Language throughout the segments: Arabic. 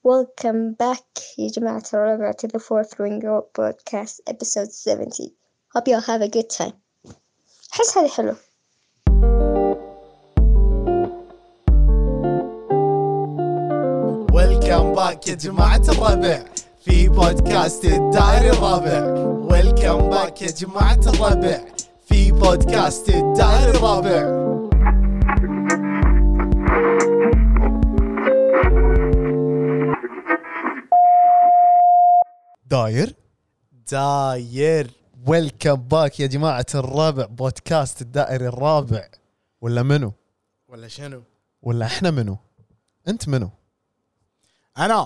Welcome back يا جماعة الرابع to the Fourth Ring Road Podcast episode 70. Hope you all have a good time. حس هذه حلو. Welcome back يا جماعة الرابع في بودكاست الدائري الرابع. Welcome back يا جماعة الرابع في بودكاست الدائري الرابع. داير ويلكم باك يا جماعة الرابع بودكاست الدائري الرابع. ولا منو؟ ولا شنو؟ ولا احنا منو؟ انت منو؟ أنا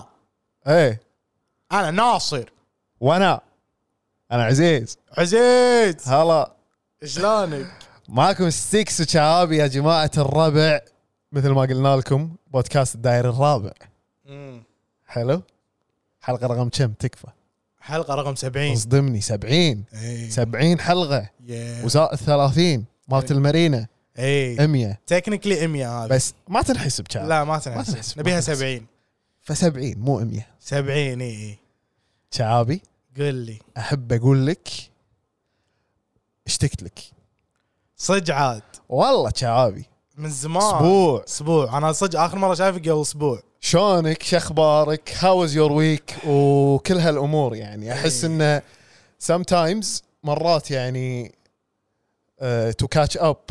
ناصر. وانا عزيز. هلا هلا شلونك؟ معكم السكس وشعابي يا جماعة الرابع. مثل ما قلنا لكم بودكاست الدائري الرابع. حلو. حلقة رقم كم تكفى؟ حلقة رقم 70. اصدمني 70. 70 حلقة وزائد 30 مالت المارينا. 100 تكنيكلي 100 هذا بس ما تنحسب كان. لا ما تنحسب. نبيها 70. ف70 مو 100. 70 اي شعابي قل لي. احب اقول لك اشتقت لك صدق عاد والله شعابي من زمان. اسبوع انا صدق اخر مره شايفك قبل اسبوع. شلونك؟ شخبارك؟ هاوز يور ويك؟ وكل هالامور يعني احس انه sometimes مرات يعني to catch up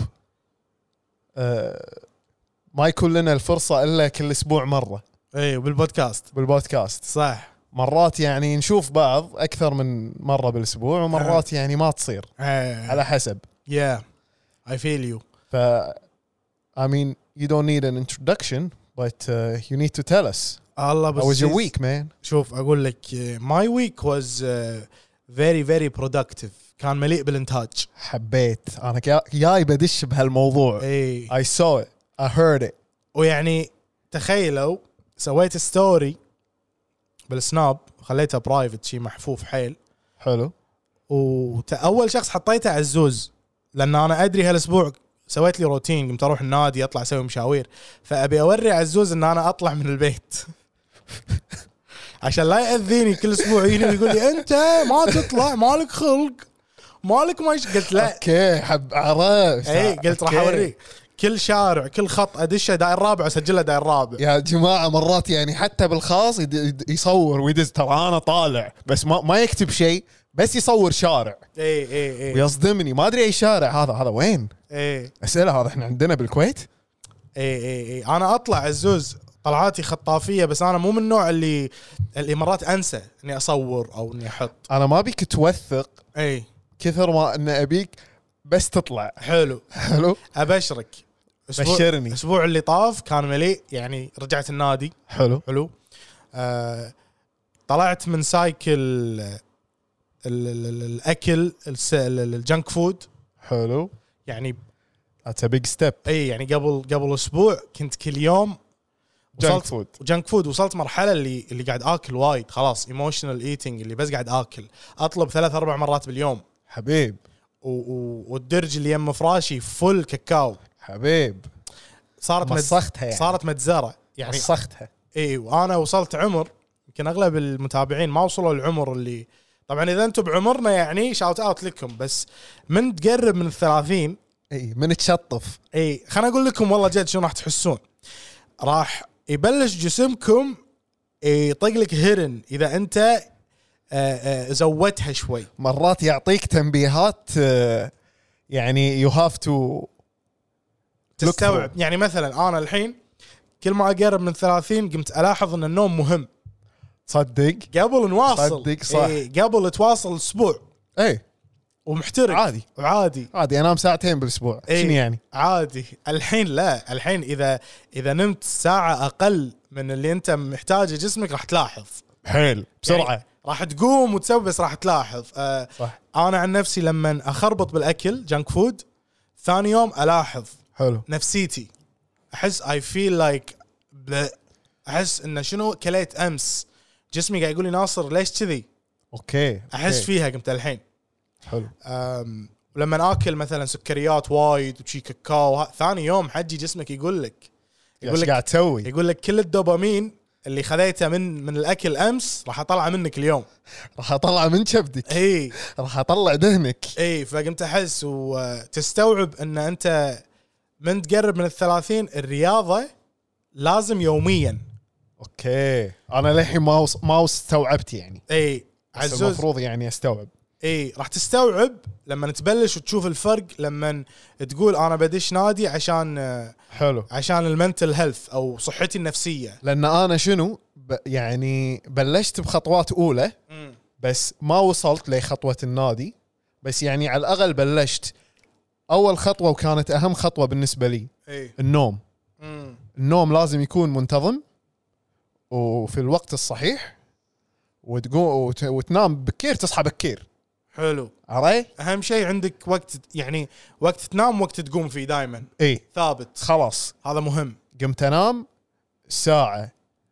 ما يكون لنا الفرصه الا كل اسبوع مره. بالبودكاست صح. مرات يعني نشوف بعض اكثر من مره بالاسبوع ومرات يعني ما تصير على حسب. I feel you. I mean you don't need an introduction but you need to tell us الله بس how was your week man. شوف أقول لك my week was very very productive. كان مليء بالإنتاج. حبيت أنا جاي بدش بهالموضوع. I saw it I heard it. ويعني تخيلوا سويت ستوري بالسناب خليتها برايفت شي محفوف حيل. حلو. وأول شخص حطيته عزوز لأن أنا أدري هالأسبوع سويت لي روتين قمت أروح النادي أطلع أسوي مشاوير فأبي أوري عزوز إن أنا أطلع من البيت عشان لا يأذيني كل أسبوع يجي ويقول لي أنت ما تطلع مالك خلق مالك ماش. قلت لا أوكي حب عرفت. قلت راح أوريك كل شارع كل خط أدشه داير رابع وسجله داير رابع. يا جماعة مرات يعني حتى بالخاص يصور ويدز ترى أنا طالع بس ما يكتب شيء بس يصور شارع. ويصدمني ما أدري أي شارع هذا وين. أسئلة هذا إحنا عندنا بالكويت. أنا أطلع عزوز طلعاتي خطافية بس أنا مو من النوع اللي مرات أنسى إني أصور أو إني أحط. أنا ما بيك توثق كثر ما إن أبيك بس تطلع. حلو أبشرك. بشرني. الأسبوع اللي طاف كان مليء يعني رجعت النادي. حلو. طلعت من سايكل الأكل الجنك فود. حلو يعني that's a big step. يعني قبل أسبوع كنت كل يوم جنك فود وصلت مرحلة اللي قاعد آكل وايد خلاص emotional eating اللي بس قاعد آكل أطلب 3-4 مرات باليوم حبيب. والدرج اللي يم فراشي فل كاكاو حبيب. صارت يعني. صارت متزرة يعني مصختها. وأنا وصلت عمر يمكن أغلب المتابعين ما وصلوا العمر اللي طبعا إذا أنتم بعمرنا يعني شاوت أوت لكم بس من تقرب من 30 من تشطف خلنا أقول لكم والله جد شو راح تحسون. راح يبلش جسمكم يطق لك هرن إذا أنت زودتها شوي. مرات يعطيك تنبيهات يعني you have to تستوعب. يعني مثلا أنا الحين كل ما أقرب من 30 قمت ألاحظ أن النوم مهم. صدق قبل نواصل. صدق صح. قبل تواصل أسبوع ومحترق عادي أنام ساعتين بالأسبوع. شنو يعني عادي. الحين لا. الحين إذا نمت ساعة أقل من اللي أنت محتاجه جسمك راح تلاحظ حيل بسرعة يعني راح تقوم وتسوي بس راح تلاحظ. صح. أنا عن نفسي لما أخربط بالأكل جنك فود ثاني يوم ألاحظ حلو نفسيتي أحس I feel like أحس إن شنو كليت أمس جسمي قاعد يقول لي ناصر ليش كذي. أوكي أحس فيها قمت الحين. حلو. ولما آكل مثلا سكريات وايد وشي كاكاو ثاني يوم حجي جسمك يقول لك قاعد تسوي يقول لك كل الدوبامين اللي خذيته من الاكل امس راح اطلع منك اليوم، راح اطلع من كبدك، اي راح اطلع دهنك. اي فقمت احس وتستوعب ان انت من تقرب من 30 الرياضه لازم يوميا. اوكي انا للحين ما استوعبت يعني. اي عزوز المفروض يعني استوعب. اي راح تستوعب لما تبلش وتشوف الفرق لما تقول انا بدش نادي عشان حلو، عشان المنتل هيلث او صحتي النفسيه. لان انا شنو يعني بلشت بخطوات اولى بس ما وصلت لخطوه النادي، بس يعني على الاقل بلشت اول خطوه وكانت اهم خطوه بالنسبه لي. النوم. النوم لازم يكون منتظم وفي الوقت الصحيح، وتقوم وتنام بكير تصحى بكير. حلو. عري اهم شيء عندك وقت، يعني وقت تنام وقت تقوم فيه دائما ثابت. خلاص هذا مهم. قمت انام ساعه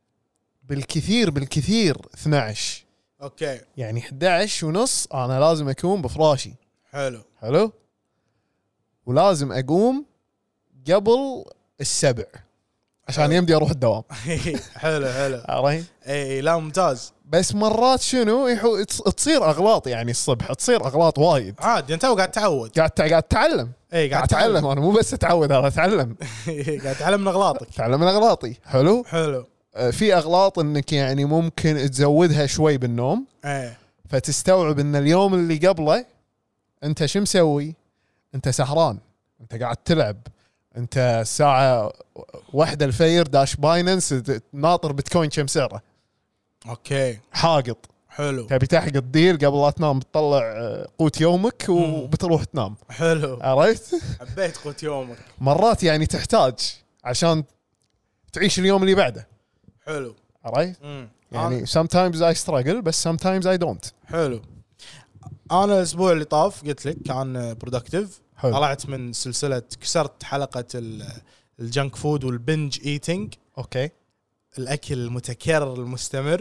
بالكثير 12. اوكي يعني 11 ونص انا لازم اكون بفراشي. حلو ولازم اقوم قبل 7 عشان يمدي اروح الدوام. حلو عرفت؟ اي لا ممتاز. بس مرات شنو تصير اغلاط، يعني الصبح تصير اغلاط وايد عادي. انت قاعد تعود، قاعد اتعلم. قاعد اتعلم انا، مو بس اتعود، انا اتعلم. قاعد اتعلم من اغلاطك. اتعلم من اغلاطي. حلو في اغلاط انك يعني ممكن تزودها شوي بالنوم. فتستوعب ان اليوم اللي قبله انت شو مسوي؟ انت سهران، انت قاعد تلعب، انت الساعة 1 الفجر داش بايننس ناطر بيتكوين كم سعره. اوكي حاقط. حلو. تبي تحقق ديل قبل لا تنام، بتطلع قوت يومك وبتروح تنام. حلو. عرفت؟ حبيت قوت يومك. مرات يعني تحتاج عشان تعيش اليوم اللي بعده. حلو. عرفت؟ يعني sometimes I struggle بس sometimes I don't. حلو. انا الاسبوع اللي طاف قلت لك كان برودكتيف. طلعت من سلسلة، كسرت حلقة الجنك فود والبنج ايتينج. اوكي. الاكل المتكرر المستمر.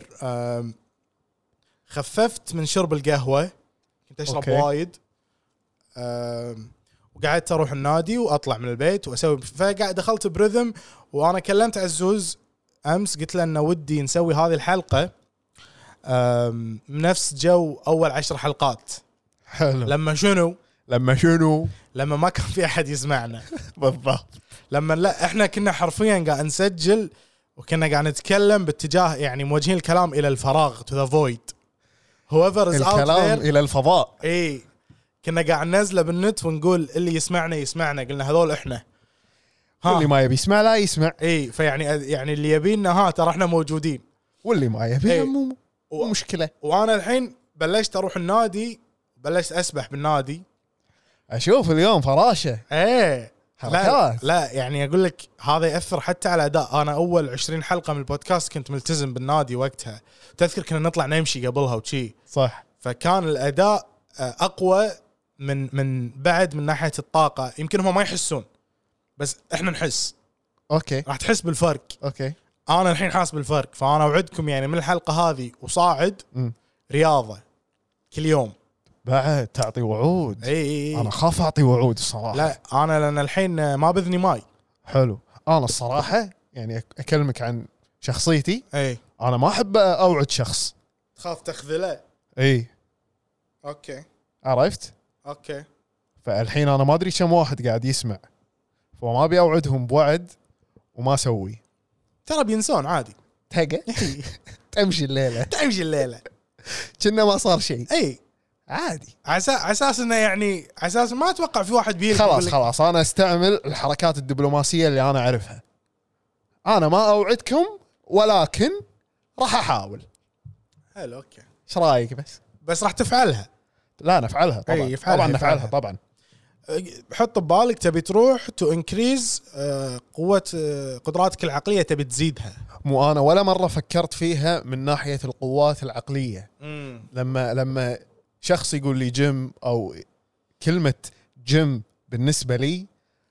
خففت من شرب القهوة، كنت اشرب وايد. وقعدت اروح النادي واطلع من البيت واسوي، فقاعد دخلت بريذم. وانا كلمت عزوز امس قلت له انه ودي نسوي هذه الحلقة نفس جو اول 10 حلقات. حلو. لما شنو لما ما كان في احد يسمعنا. بالضبط. لما لا احنا كنا حرفيا قاعد نسجل وكنا قاعد نتكلم باتجاه، يعني موجهين الكلام الى الفراغ، to the void, whoever is out there. الكلام الى الفضاء. اي كنا قاعد ننزله بالنت ونقول اللي يسمعنا قلنا هذول احنا. واللي ما يبي يسمع لا يسمع. اي فيعني اللي يبينا ترى احنا موجودين، واللي ما يبي مو مشكله. وانا الحين بلشت اروح النادي، بلشت اسبح بالنادي. اشوف اليوم فراشه. لا يعني اقول لك هذا ياثر حتى على اداء. انا اول 20 حلقه من البودكاست كنت ملتزم بالنادي وقتها، تذكر كنا نطلع نمشي قبلها وشي. صح. فكان الاداء اقوى من بعد، من ناحيه الطاقه. يمكن هم ما يحسون بس احنا نحس. اوكي راح تحس بالفرق. اوكي انا الحين حاس بالفرق. فانا اوعدكم يعني من الحلقه هذه وصاعد رياضه كل يوم. بعد تعطي وعود. اي انا خاف اعطي وعود الصراحه. لا انا لان الحين ما بذني ماي. حلو. انا الصراحه يعني اكلمك عن شخصيتي. انا ما احب اوعد شخص، تخاف تخذله. اوكي عرفت. اوكي. فالحين انا ما ادري كم واحد قاعد يسمع، فما ابي اوعدهم بوعد وما اسوي. ترى بينسون عادي. تمشي الليله كنا ما صار شيء. عادي. اساس انه يعني اساس ما اتوقع في واحد بيجي. خلاص انا استعمل الحركات الدبلوماسيه اللي انا اعرفها. انا ما اوعدكم ولكن راح احاول. حلو. اوكي. ايش رايك؟ بس راح تفعلها. لا نفعلها طبعا. طبعا نفعلها طبعا. حط ببالك تبي تروح تو انكريز قوه قدراتك العقليه، تبي تزيدها. مو انا ولا مره فكرت فيها من ناحيه القوات العقليه. لما شخص يقول لي جيم او كلمه جيم بالنسبه لي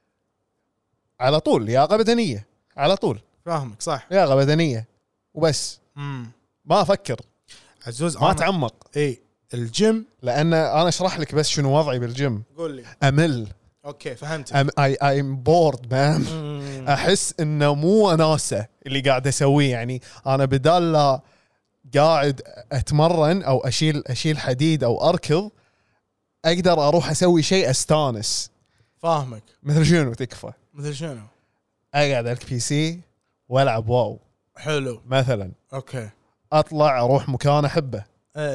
على طول لياقه بدنيه، على طول. فاهمك صح. لياقه بدنيه وبس. ما افكر عزوز، ما اتعمق. الجيم، لان انا اشرح لك بس شنو وضعي بالجيم. قول لي. امل اوكي فهمت. I'm bored man. احس انه مو وناسه اللي قاعد اسويه. يعني انا بدال لا قاعد اتمرن او اشيل حديد او اركض، اقدر اروح اسوي شيء استانس. فاهمك. مثل شنو تكفى؟ مثل شنو؟ اقعد على البي سي والعب واو. حلو مثلا. اوكي. اطلع اروح مكان احبه.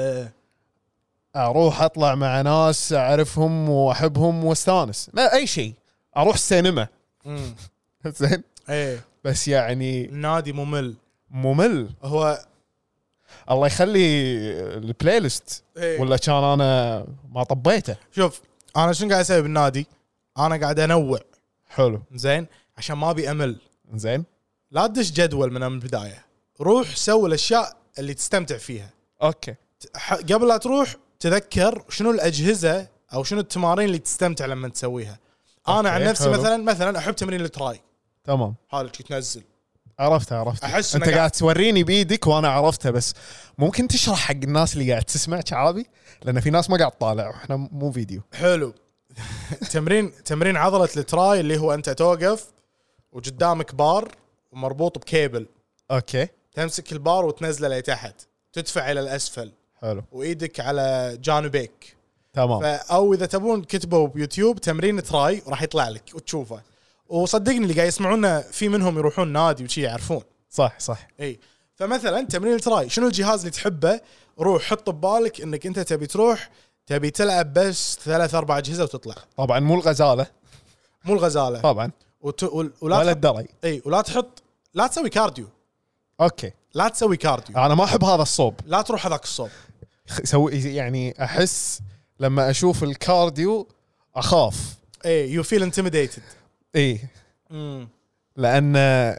اروح اطلع مع ناس اعرفهم واحبهم واستانس. ما اي شيء. اروح السينما. زين. ايه بس يعني النادي ممل. هو الله يخلي البلاي ليست. إيه. ولا كان انا ما طبيته. شوف انا شنو قاعد اسوي بالنادي؟ انا قاعد انوع. حلو. زين عشان ما ابي امل. زين. لا تدش جدول من البدايه، روح سوي الاشياء اللي تستمتع فيها. اوكي. قبل لا تروح تذكر شنو الاجهزه او شنو التمارين اللي تستمتع لما تسويها. انا عن نفسي حلو. مثلا احب تمرين التراي. تمام. هذا تنزل. عرفتها. احس انت قاعد توريني بايدك وانا عرفتها، بس ممكن تشرح حق الناس اللي قاعد تسمع شعابي، لان في ناس ما قاعد تطالع واحنا مو فيديو. حلو. تمرين عضله التراي اللي هو انت توقف وقدامك بار ومربوط بكيبل. اوكي. تمسك البار وتنزله لتحت، تدفع الى الاسفل. حلو. وايدك على جانبيك. تمام. او اذا تبون كتبوا بيوتيوب تمرين تراي راح يطلع لك وتشوفه. وصدقني اللي قاعد يسمعونا في منهم يروحون نادي وشي يعرفون. صح. اي فمثلا تمرين التراي شنو الجهاز اللي تحبه؟ روح حط ببالك انك انت تبي تلعب بس 3-4 اجهزه وتطلع. طبعا مو الغزاله طبعا. ولا الدري. اي ولا لا تسوي كارديو. اوكي. لا تسوي كارديو. انا ما احب هذا الصوب. لا تروح هذاك الصوب. يعني احس لما اشوف الكارديو اخاف. اي يو فيل انتميديتد. اي لان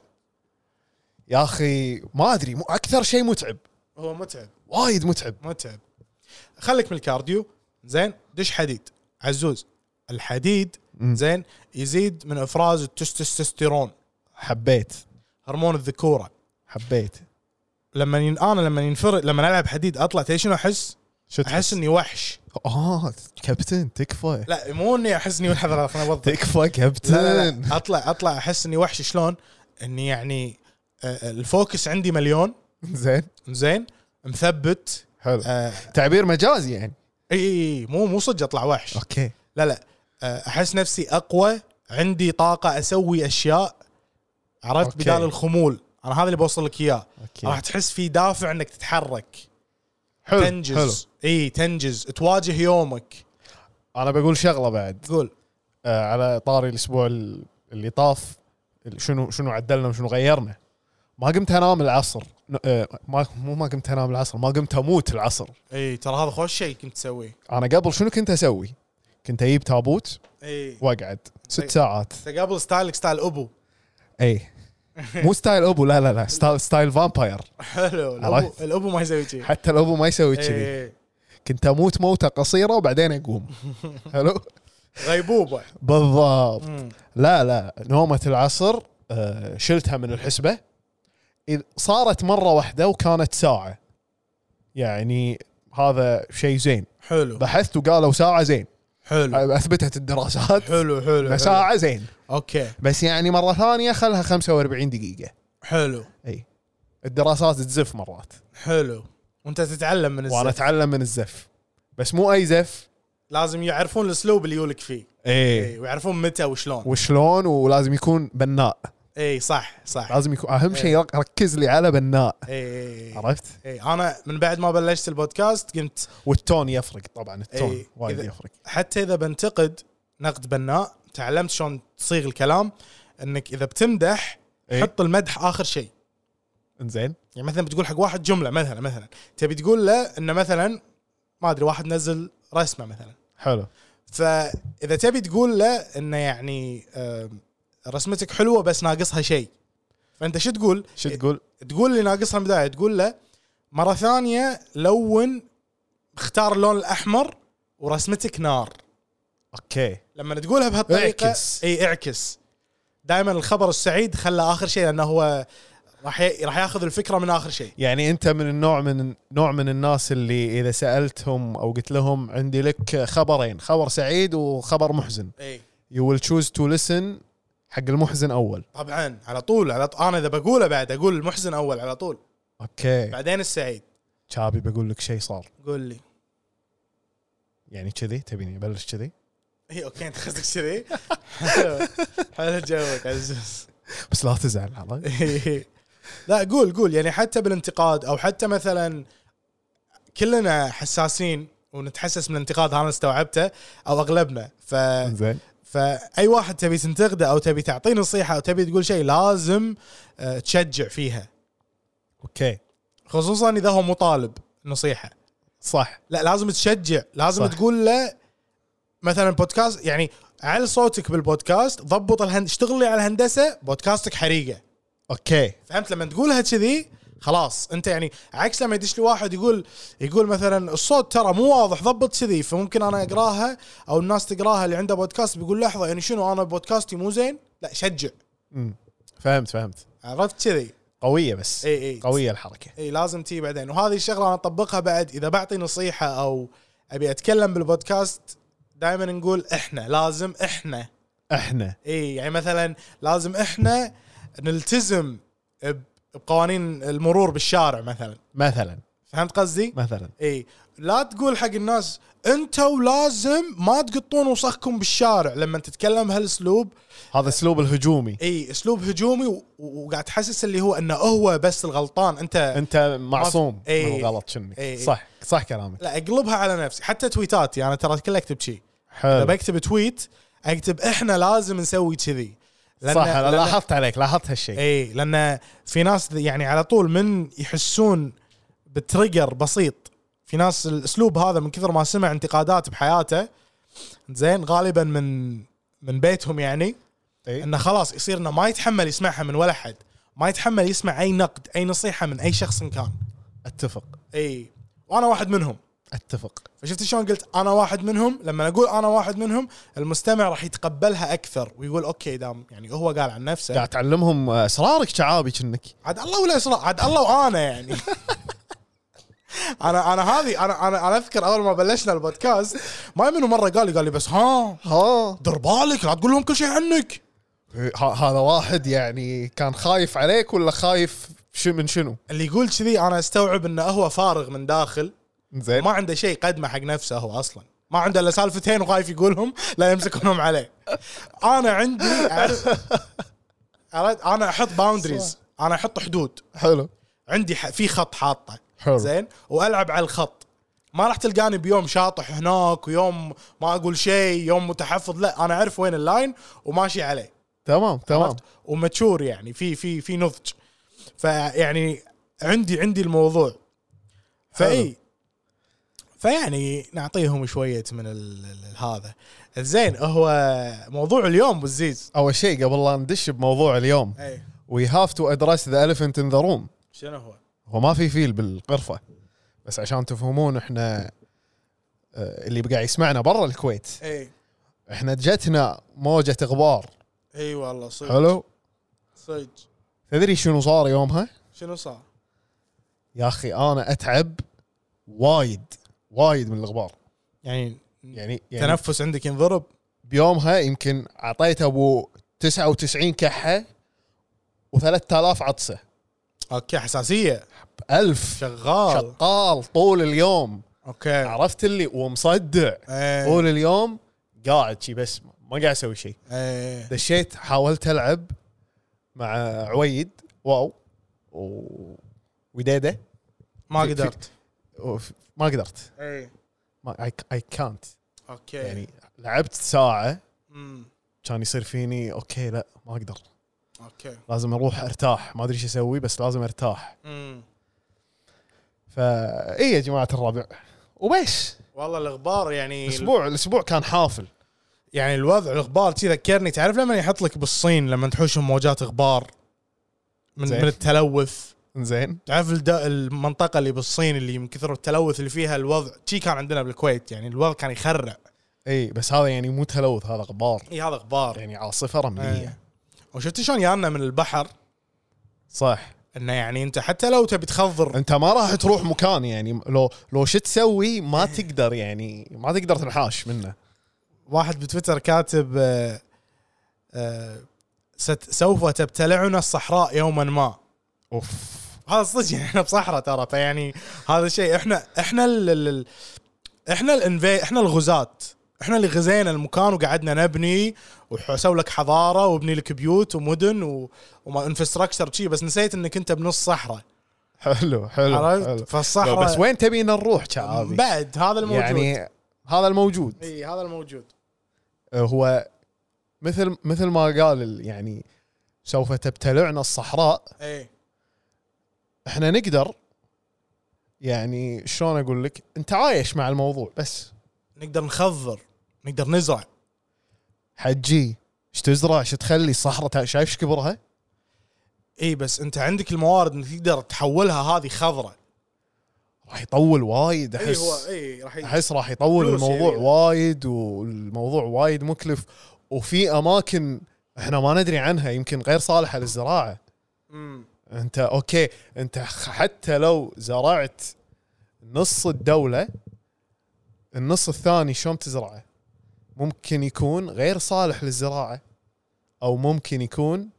يا اخي ما ادري اكثر شيء متعب. هو متعب وايد متعب. خليك من الكارديو. زين دش حديد عزوز. الحديد زين يزيد من افراز التستوستيرون. حبيت. هرمون الذكوره. حبيت. لما العب حديد اطلع تدري شنو احس اني وحش. كابتن تكفى. لا مو اني احس اني وحش. تكفى كابتن. لا. اطلع احس اني وحش. شلون اني يعني الفوكس عندي مليون. زين مثبت. حلو. تعبير مجازي يعني. اي مو صدق اطلع وحش. اوكي. لا احس نفسي اقوى، عندي طاقه اسوي اشياء. عرفت؟ بدال الخمول. انا هذا اللي بوصل لك اياه. راح تحس في دافع انك تتحرك. حلو. تنجز. تنجز تواجه يومك. انا بقول شغله بعد. قول. على طاري الاسبوع اللي طاف، شنو عدلنا وشنو غيرنا. ما قمت انام العصر. ما قمت انام العصر، ما قمت اموت العصر. ترى هذا خوش شيء كنت تسويه. انا قبل شنو كنت اسوي؟ كنت اجيب تابوت واقعد 6 ساعات. قبل ستايل ابو. مو ستايل ابو، لا ستايل فامباير. حلو. الابو ما يسوي شيء. حتى الابو ما يسوي كذي. كنت اموت موته قصيره وبعدين اقوم. حلو. غيبوبه بالضبط. لا نومه العصر شلتها من الحسبه. صارت مره واحده وكانت ساعه. يعني هذا شيء زين. حلو. بحثت وقالوا ساعه زين. حلو. اثبتت الدراسات. حلو. ساعه زين. اوكي. بس يعني مره ثانيه خلها 45 دقيقه. حلو. الدراسات تزف مرات. حلو. وانت تتعلم من الزف. وانا اتعلم من الزف، بس مو اي زف. لازم يعرفون الاسلوب اللي يولك فيه. ويعرفون متى وشلون ولازم يكون بناء. صح. لازم يكون اهم شيء. ركز لي على بناء. عرفت. انا من بعد ما بلشت البودكاست قمت. والتون يفرق طبعا. التون وايد يفرق. حتى اذا بنتقد نقد بناء تعلمت شلون تصيغ الكلام. انك اذا بتمدح حط المدح اخر شيء. انزين. يعني مثلا بتقول حق واحد جمله مثلا تبي تقول له انه مثلا ما ادري واحد نزل رسمه مثلا. حلو. فاذا تبي تقول له انه يعني رسمتك حلوه بس ناقصها شيء، فانت شو تقول تقول اللي ناقصها بدايه. تقول له مره ثانيه لون، اختار اللون الاحمر ورسمتك نار. اوكي. لما تقولها بهالطريقه اعكس دائما الخبر السعيد خلى اخر شيء، لانه هو راح ياخذ الفكره من اخر شيء. يعني انت من النوع من الناس اللي اذا سالتهم او قلت لهم عندي لك خبرين، خبر سعيد وخبر محزن، you will choose to listen حق المحزن اول. طبعا على طول انا اذا بقوله بعد اقول المحزن اول على طول. اوكي بعدين السعيد. شابي بقول لك شيء صار. قول لي. يعني كذي تبيني ابلش كذي؟ اي اوكي انت قصدك كذي. حلو جوك عزوز. بس لا تزعل هذا. لا قول يعني حتى بالانتقاد او حتى مثلا كلنا حساسين ونتحسس من الانتقاد، هذا استوعبته او اغلبنا. زين. فاي واحد تبي تنتقده او تبي تعطيه نصيحه او تبي تقول شيء لازم تشجع فيها. اوكي. خصوصا اذا هو مطالب نصيحه. صح. لا لازم تشجع، لازم صح. تقول له مثلا بودكاست، يعني على صوتك بالبودكاست، ضبط اشتغل لي على الهندسه، بودكاستك حريقه. اوكي فهمت؟ لما تقولها كذي خلاص انت يعني عكس لما يدش لي واحد يقول مثلا الصوت ترى مو واضح، ضبط كذي، فممكن انا اقراها او الناس تقراها اللي عنده بودكاست بيقول لحظه يعني شنو انا بودكاستي مو زين. لا شجع. فهمت عرفت كذي. قويه بس اي قويه الحركه. اي لازم تي بعدين. وهذه الشغله انا اطبقها بعد اذا بعطي نصيحه او ابي اتكلم بالبودكاست، دائما نقول احنا، لازم احنا اي يعني مثلا لازم احنا نلتزم بقوانين المرور بالشارع مثلا. فهمت قصدي؟ مثلا اي لا تقول حق الناس انتوا لازم ما تقطون وسخكم بالشارع لما تتكلم بهالاسلوب. هذا اسلوب الهجومي. اي اسلوب هجومي وقاعد تحسس اللي هو انه هو بس الغلطان، انت معصوم من الغلط. شنك صح كلامك. لا اقلبها على نفسي. حتى تويتاتي انا ترى كله اكتب شيء. اذا بكتب تويت اكتب احنا لازم نسوي كذي. صح انا لاحظت هالشيء. اي لان في ناس يعني على طول من يحسون بتريجر بسيط، في ناس الاسلوب هذا من كثر ما سمع انتقادات بحياته زين غالبا من بيتهم يعني انه خلاص يصير انه ما يتحمل يسمعها من ولا حد، ما يتحمل يسمع اي نقد اي نصيحه من اي شخص كان. اتفق. اي وانا واحد منهم. اتفق. فشفت شلون قلت انا واحد منهم؟ لما اقول انا واحد منهم المستمع راح يتقبلها اكثر ويقول اوكي دام يعني هو قال عن نفسه. قاعد تعلمهم اسرارك شعابي كنك. عاد الله ولا اسرار، عاد الله وانا يعني. انا اذكر اول ما بلشنا البودكاست ما منه مره قال لي بس ها دير بالك لا تقول لهم كل شيء عنك. هذا واحد يعني كان خايف عليك ولا خايف من شنو؟ اللي يقول كذي انا استوعب انه هو فارغ من داخل زين، ما عنده شيء قدمه حق نفسه، هو اصلا ما عنده الا سالفتين وخايف يقولهم لا يمسكونهم عليه. انا عندي انا احط باوندريز، انا احط حدود. حلو. عندي في خط حاطه حلو. زين والعب على الخط. ما راح تلقاني بيوم شاطح هناك ويوم ما اقول شيء يوم متحفظ، لا انا اعرف وين اللاين وماشي عليه. تمام ومتشور يعني في نضج. فيعني عندي الموضوع فيعني نعطيهم شوية من هذا الزين. هو موضوع اليوم بالزيز. أول شيء قبل لا ندش بموضوع اليوم we have to address the elephant in the room. شنو هو ما في فيل بالغرفة، بس عشان تفهمون احنا اللي بقى يسمعنا برا الكويت احنا جتنا موجة غبار. اي والله صدق. حلو صدق. تدري شنو صار يومها؟ شنو صار يا اخي؟ انا اتعب وايد من الغبار. يعني تنفس عندك ينضرب بيومها. يمكن اعطيته ابو 99 كحة و3000 عطسة. اوكي حساسية 1000 شغال طول اليوم. اوكي عرفت اللي ومصدع طول اليوم قاعد شي بس ما قاعد اسوي شيء. دشيت حاولت العب مع عويد وديده ما قدرت. I can't. اوكي يعني لعبت ساعة كان يصير فيني اوكي لا ما اقدر. اوكي لازم اروح ارتاح، ما ادري ايش اسوي بس لازم ارتاح. فايه يا جماعة الربع وبس. والله الغبار يعني الاسبوع كان حافل. يعني الوضع الغبار شي ذكرني، تعرف لما يحط لك بالصين لما تحوشهم موجات غبار من التلوث. زين. تعرف المنطقة اللي بالصين اللي من كثر التلوث اللي فيها الوضع شي كان عندنا بالكويت، يعني الوضع كان يخرع. اي بس هذا يعني مو تلوث، هذا غبار. اي هذا غبار يعني عاصفة رملية. وشفت شلون يانا من البحر؟ صح. انه يعني انت حتى لو تبي تخضر انت ما راح تروح مكان، يعني لو شو تسوي ما تقدر، يعني ما تقدر تنحاش منه. واحد بتويتر كاتب سوف تبتلعنا الصحراء يوما ما. اوف هذا صدق يعني احنا بصحراء ترى. فيعني هذا الشيء احنا الغزاة، احنا اللي غزينا المكان وقعدنا نبني وسوي لك حضاره وابني لك بيوت ومدن وما انفراستراكشر شيء، بس نسيت انك انت بنص صحراء. حلو. فالصحراء بس وين تبينا نروح شعابي؟ بعد هذا الموجود، يعني هذا الموجود. اي هذا الموجود. هو مثل ما قال يعني سوف تبتلعنا الصحراء. اي احنا نقدر يعني شلون اقول لك، انت عايش مع الموضوع، بس نقدر نخضر، نقدر نزرع. حجي ايش تزرع؟ ايش تخلي الصحراء شايف كبرها؟ اي بس انت عندك الموارد انك تقدر تحولها هذه خضراء. راح يطول وايد احس. احس راح يطول الموضوع وايد، والموضوع وايد مكلف، وفي اماكن احنا ما ندري عنها يمكن غير صالحه للزراعه. انت اوكي، انت حتى لو زرعت نص الدوله، النص الثاني شلون تزرعه؟ ممكن يكون غير صالح للزراعه، او ممكن يكون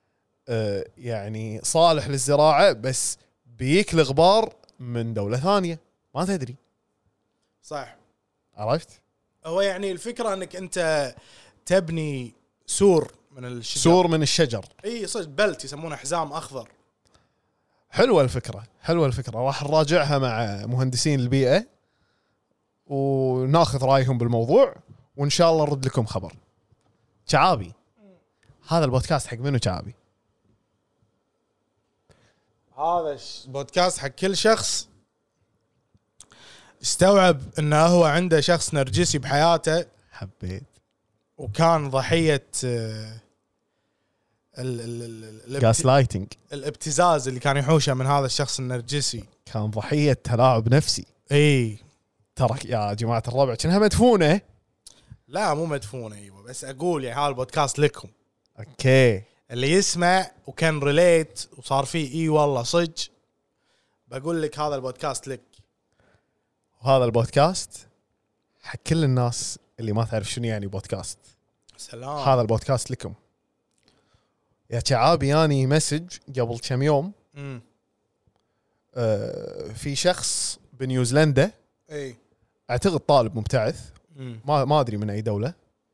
يعني صالح للزراعه بس بيك الغبار من دولة ثانية ما تدري. صح، عرفت؟ هو يعني الفكرة انك انت تبني سور من الشجر. سور من الشجر. اي صدق، بلت يسمونه حزام اخضر. حلوة الفكرة، حلوة الفكرة. راح نراجعها مع مهندسين البيئة وناخذ رأيهم بالموضوع، وإن شاء الله نرد لكم خبر. شعابي، هذا البودكاست حق منو شعابي؟ هذا بودكاست حق كل شخص استوعب انه هو عنده شخص نرجسي بحياته، حبيت، وكان ضحية غاس لايتنج، الابتزاز اللي كان يحوشه من هذا الشخص النرجسي. كان ضحية تلاعب نفسي. اي ترك يا جماعة الربع كأنها مدفونة. لا مو مدفونة، ايوه بس اقول يعني هذا البودكاست لكم. اوكي، اللي يسمع وكان ريليت وصار فيه اي والله صج، بقول لك هذا البودكاست لك. وهذا البودكاست حق كل الناس اللي ما تعرف شنو يعني بودكاست. سلام. هذا البودكاست لكم يا شعابي. يعني مسج قبل كم يوم في شخص بنيوزيلندا، اي اعتقد طالب مبتعث، ما ادري من اي دولة،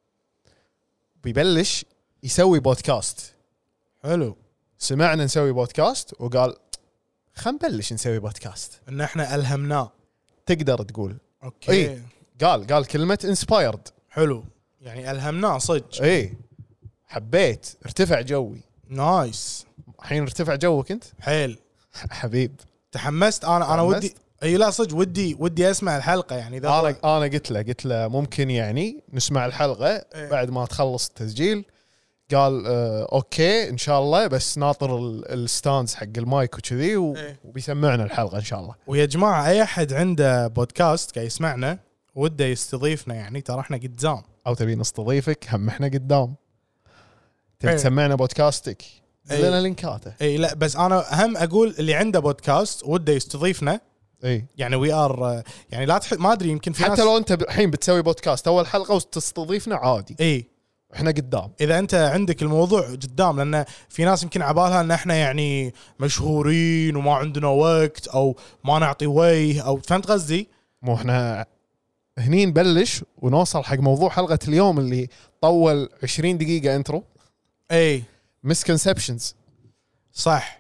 بيبلش يسوي بودكاست. حلو. سمعنا نسوي بودكاست وقال خلينا نبلش نسوي بودكاست. ان احنا الهمناه تقدر تقول. اوكي. اي قال كلمة انسبايرد. حلو، يعني الهمناه صدق. اي حبيت، ارتفع جوي. نايس. الحين ارتفع جوك انت حيل حبيب. تحمست انا ودي. اي لا صدق ودي اسمع الحلقه يعني. انا قلت له ممكن يعني نسمع الحلقه بعد ما تخلص التسجيل. قال اوكي ان شاء الله، بس ناطر الستاندز حق المايك وكذي وبيسمعنا الحلقه ان شاء الله. ويا جماعه اي احد عنده بودكاست قاعد يسمعنا وده يستضيفنا، يعني ترى احنا قدام، او تبي نستضيفك هم احنا قدام. تبي تسمعنا بودكاستك لنا لينكاته. اي لا بس انا هم اقول اللي عنده بودكاست وده يستضيفنا، اي يعني وي ار يعني لا ما ادري يمكن في حتى ناس لو انت الحين بتسوي بودكاست اول حلقه وتستضيفنا عادي. اي احنا قدام اذا انت عندك الموضوع قدام، لان في ناس يمكن عبالها ان احنا يعني مشهورين وما عندنا وقت او ما نعطي وجه، او فهمت قصدي؟ مو احنا هني نبلش ونوصل حق موضوع حلقه اليوم اللي طول 20 دقيقه انترو. اي مسكونسبشنز. صح،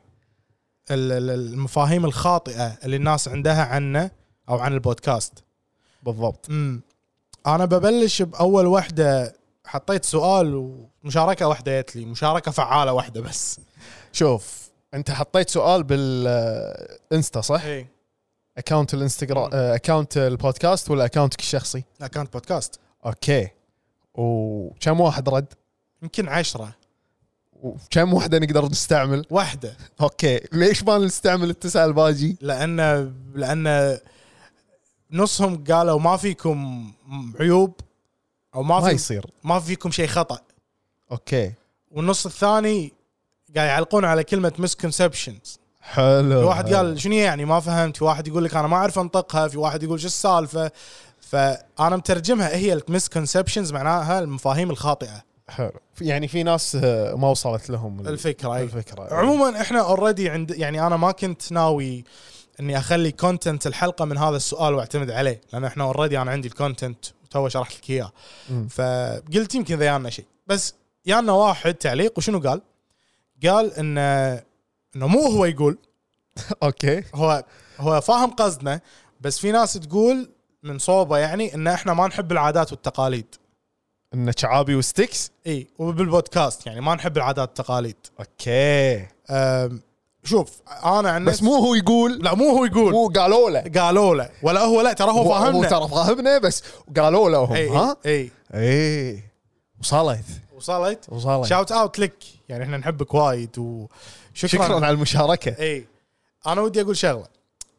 المفاهيم الخاطئه اللي الناس عندها عنه او عن البودكاست. بالضبط. انا ببلش باول وحده. حطيت سؤال ومشاركه واحده جت لي، مشاركه فعاله واحده بس. شوف انت حطيت سؤال بالانستا صح؟ اي اكاونت الانستغرام، اكاونت البودكاست ولا اكاونتك الشخصي؟ اكاونت بودكاست. اوكي، وكم واحد رد؟ يمكن 10. وكم وحده نقدر نستعمل؟ واحده. اوكي، ليش ما نستعمل التسعه الباجي؟ لان نصهم قالوا ما فيكم عيوب او ما يصير، ما فيكم شيء خطأ. اوكي. والنص الثاني قاعد يعلقون على كلمه misconceptions. حلو. في واحد قال شنو يعني ما فهمت، في واحد يقول لك انا ما اعرف انطقها، في واحد يقول شو السالفه. فانا مترجمها، هي misconceptions معناها المفاهيم الخاطئه. حلو. يعني في ناس ما وصلت لهم الفكرة. عموما احنا اوريدي عند، يعني انا ما كنت ناوي اني اخلي كونتنت الحلقة من هذا السؤال واعتمد عليه، لان احنا اوريدي انا عندي الكونتنت وتو شرحت لك اياه. فقلت يمكن ذيانا شيء، بس يانا واحد تعليق وشنو قال انه مو هو يقول اوكي هو فاهم قصدنا، بس في ناس تقول من صوبه يعني ان احنا ما نحب العادات والتقاليد، ان شعابي وستيكس. اي وبالبودكاست يعني ما نحب العادات والتقاليد. اوكي شوف انا عن بس مو هو يقول، لا مو هو يقول، مو قالوا له ولا هو، لا ترى هو فاهمنا، هو ترى فاهمنا بس قالوا له هم. ها اي وصلت شاوت اوت لك، يعني احنا نحبك وايد وشكرا على المشاركه. اي انا ودي اقول شغله.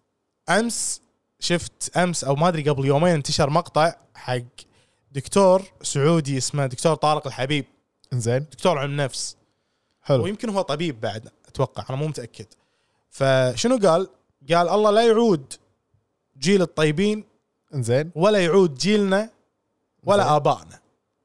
شفت امس او ما ادري قبل يومين انتشر مقطع حق دكتور سعودي اسمه دكتور طارق الحبيب. انزين. دكتور علم نفس. حلو. ويمكن هو طبيب بعد اتوقع، انا مو متاكد. فشنو قال الله لا يعود جيل الطيبين، انزين، ولا يعود جيلنا ولا آبائنا.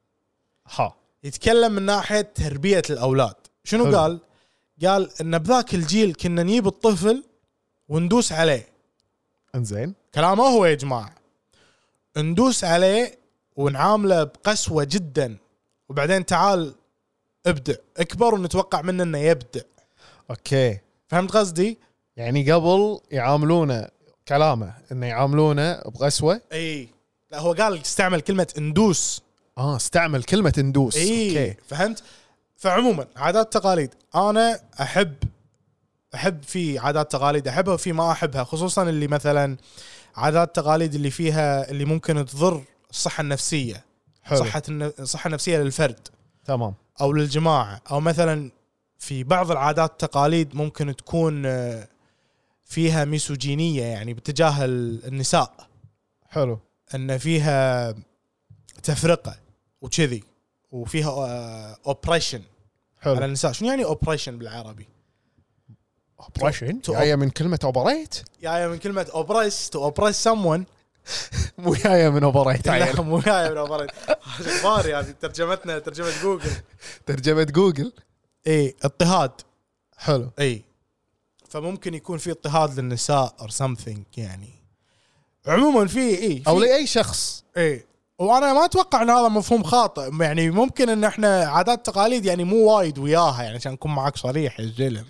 يتكلم من ناحية تربية الأولاد. شنو حلو. قال إن بذاك الجيل كنا نجيب الطفل وندوس عليه. انزين. كلامه هو يا جماعة، ندوس عليه ونعامله بقسوة جدا، وبعدين تعال ابدع اكبر ونتوقع منه انه يبدع. اوكي فهمت قصدي؟ يعني قبل يعاملونه، كلامه انه يعاملونه بقسوة. اي لا هو قال استعمل كلمة اندوس. استعمل كلمة اندوس. اوكي فهمت. فعموما عادات تقاليد انا احب في عادات تقاليد احبها وفي ما احبها، خصوصا اللي مثلا عادات تقاليد اللي فيها اللي ممكن تضر الصحة النفسية. حلو. الصحة النفسية للفرد. تمام. او للجماعة، او مثلا في بعض العادات التقاليد ممكن تكون فيها ميسوجينية، يعني باتجاه النساء. حلو. ان فيها تفرقة وكذي، وفيها اوبريشن على النساء. شنو يعني اوبريشن بالعربي؟ اوبريشن جايه من كلمه اوبريت، جايه من كلمه اوبريس، تو اوبريس someone. مو جايه من اوبريت. لا مو جايه من اوبريت. اخباري هذه ترجمتنا، ترجمه جوجل. اي اضطهاد. حلو. اي فممكن يكون في اضطهاد للنساء or something يعني. عموما في او لاي شخص. وانا ما اتوقع ان هذا مفهوم خاطئ، يعني ممكن ان احنا عادات تقاليد يعني مو وايد وياها، يعني عشان اكون معك صريح يا زلم.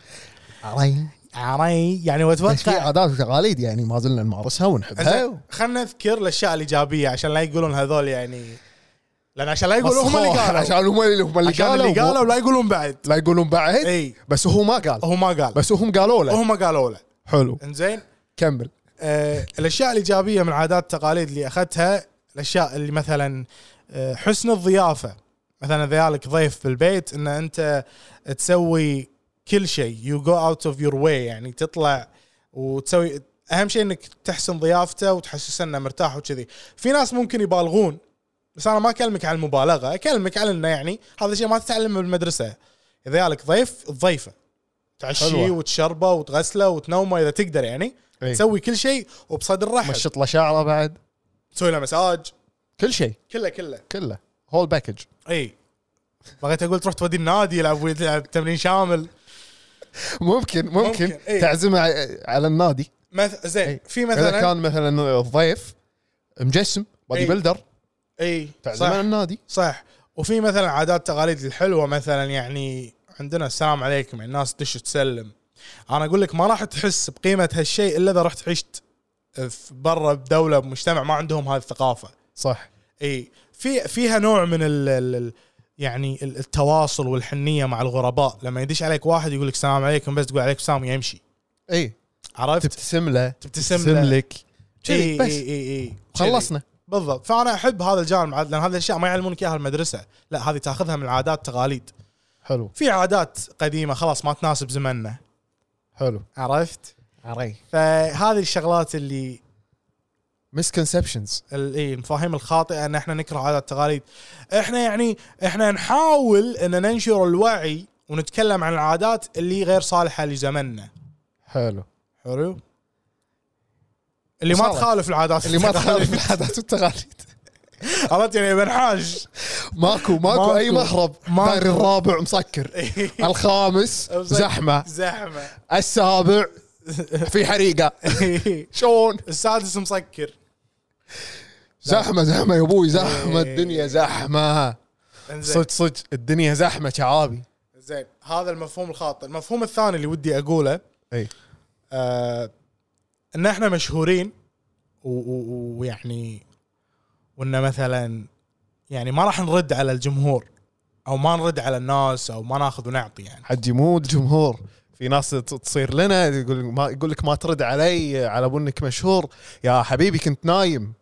عري يعني واتوقع في عادات وتقاليد يعني ما زلنا نمارسها ونحبها. خلنا نذكر الاشياء الايجابيه عشان لا يقولون هذول يعني، لان عشان لا يقولوا هم اللي قالوا، عشان هم اللي قالوا ولا يقولون بعد اي بس هو ما قال بس هم قالوا له. حلو. انزين كمل. الاشياء الايجابيه من عادات التقاليد اللي اخذتها، الاشياء اللي مثلا حسن الضيافه. مثلا ذلك ضيف بالبيت ان انت تسوي كل شيء you go out of your way، يعني تطلع وتسوي، اهم شيء انك تحسن ضيافته وتحسسه انه مرتاح وكذي. في ناس ممكن يبالغون، بس انا ما اكلمك عن المبالغه، اكلمك عن انه يعني هذا الشيء ما تتعلمه بالمدرسه. اذا لك ضيف تضيفه، تعشيه وتشربه وتغسله وتنومه اذا تقدر، يعني تسوي كل شيء وبصدر رحب. مشط له شعره بعد، تسوي له مساج، كل شيء كله هول باكج. بغيت اقول تروح تودي النادي يلعب تمرين شامل. ممكن تعزمه على النادي زين. في مثلا اذا كان مثلا الضيف مجسم بودي بيلدر، تعزمه على النادي. صح. وفي مثلا عادات تقاليد الحلوه، مثلا يعني عندنا السلام عليكم، يعني الناس تدش تسلم. انا اقول لك ما راح تحس بقيمه هالشيء الا اذا رحت عشت في برا بدوله بمجتمع ما عندهم هذه الثقافه. صح. فيها نوع من يعني التواصل والحنيه مع الغرباء. لما يدش عليك واحد يقول لك السلام عليكم، بس تقول عليك السلام يمشي. عرفت؟ تبتسم لك بس. خلصنا. بالضبط. فانا احب هذا الجانب، لان هذه الاشياء ما يعلمونك اياها المدرسه، لا هذه تاخذها من العادات التقاليد. حلو. في عادات قديمه خلاص ما تناسب زمننا. حلو. عرفت؟ فهذه الشغلات اللي misconceptions، المفاهيم الخاطئه ان احنا نكره عادات التقاليد. احنا نحاول ان ننشر الوعي ونتكلم عن العادات اللي غير صالحه لزمننا. حلو. اللي ما تخالف العادات، والتقاليد. عرفت يعني بنحاج. ماكو اي مهرب. داير الرابع مسكر، الخامس زحمه، السابع في حريقه، شلون السادس مسكر. زحمه يا ابوي، زحمه الدنيا صدق الدنيا زحمه شعابي. زين، هذا المفهوم الخاطئ. المفهوم الثاني اللي ودي اقوله ان احنا مشهورين ويعني وان مثلا يعني ما راح نرد على الجمهور او ما نرد على الناس او ما ناخذ ونعطي. يعني حجي مو الجمهور، في ناس تصير لنا يقول لك ما ترد علي على بنك مشهور. يا حبيبي كنت نايم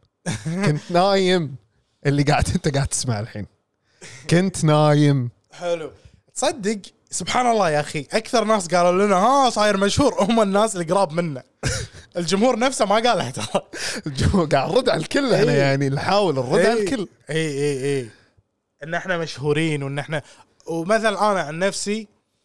اللي انت قاعد تسمع الحين كنت نايم. حلو. تصدق سبحان الله يا اخي، اكثر ناس قالوا لنا صاير مشهور هم الناس اللي قراب منا. الجمهور نفسه ما قالها ترى. الجمهور قاعد نرد على الكل. احنا يعني نحاول نرد على الكل. اي ان احنا مشهورين وان احنا ومثلا انا عن نفسي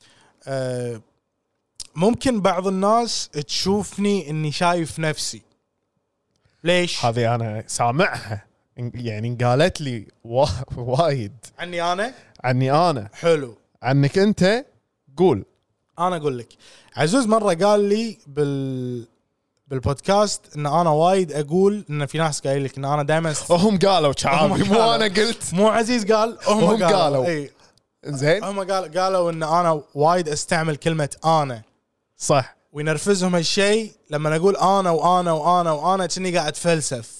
ممكن بعض الناس تشوفني اني شايف نفسي. ليش؟ هذه انا سامعها يعني قالت لي وايد. عني انا. حلو. عنك انت قول. انا اقول لك، عزوز مره قال لي بالبودكاست ان انا وايد اقول ان في ناس قايل لك ان انا دائما هم قالوا شعابي مو انا قلت، مو عزيز قال، هم قالوا. اي زين، هم قالوا ان انا وايد استعمل كلمه انا. صح. وينرفزهم هالشيء لما اقول انا وانا وانا وانا كني قاعد اتفلسف.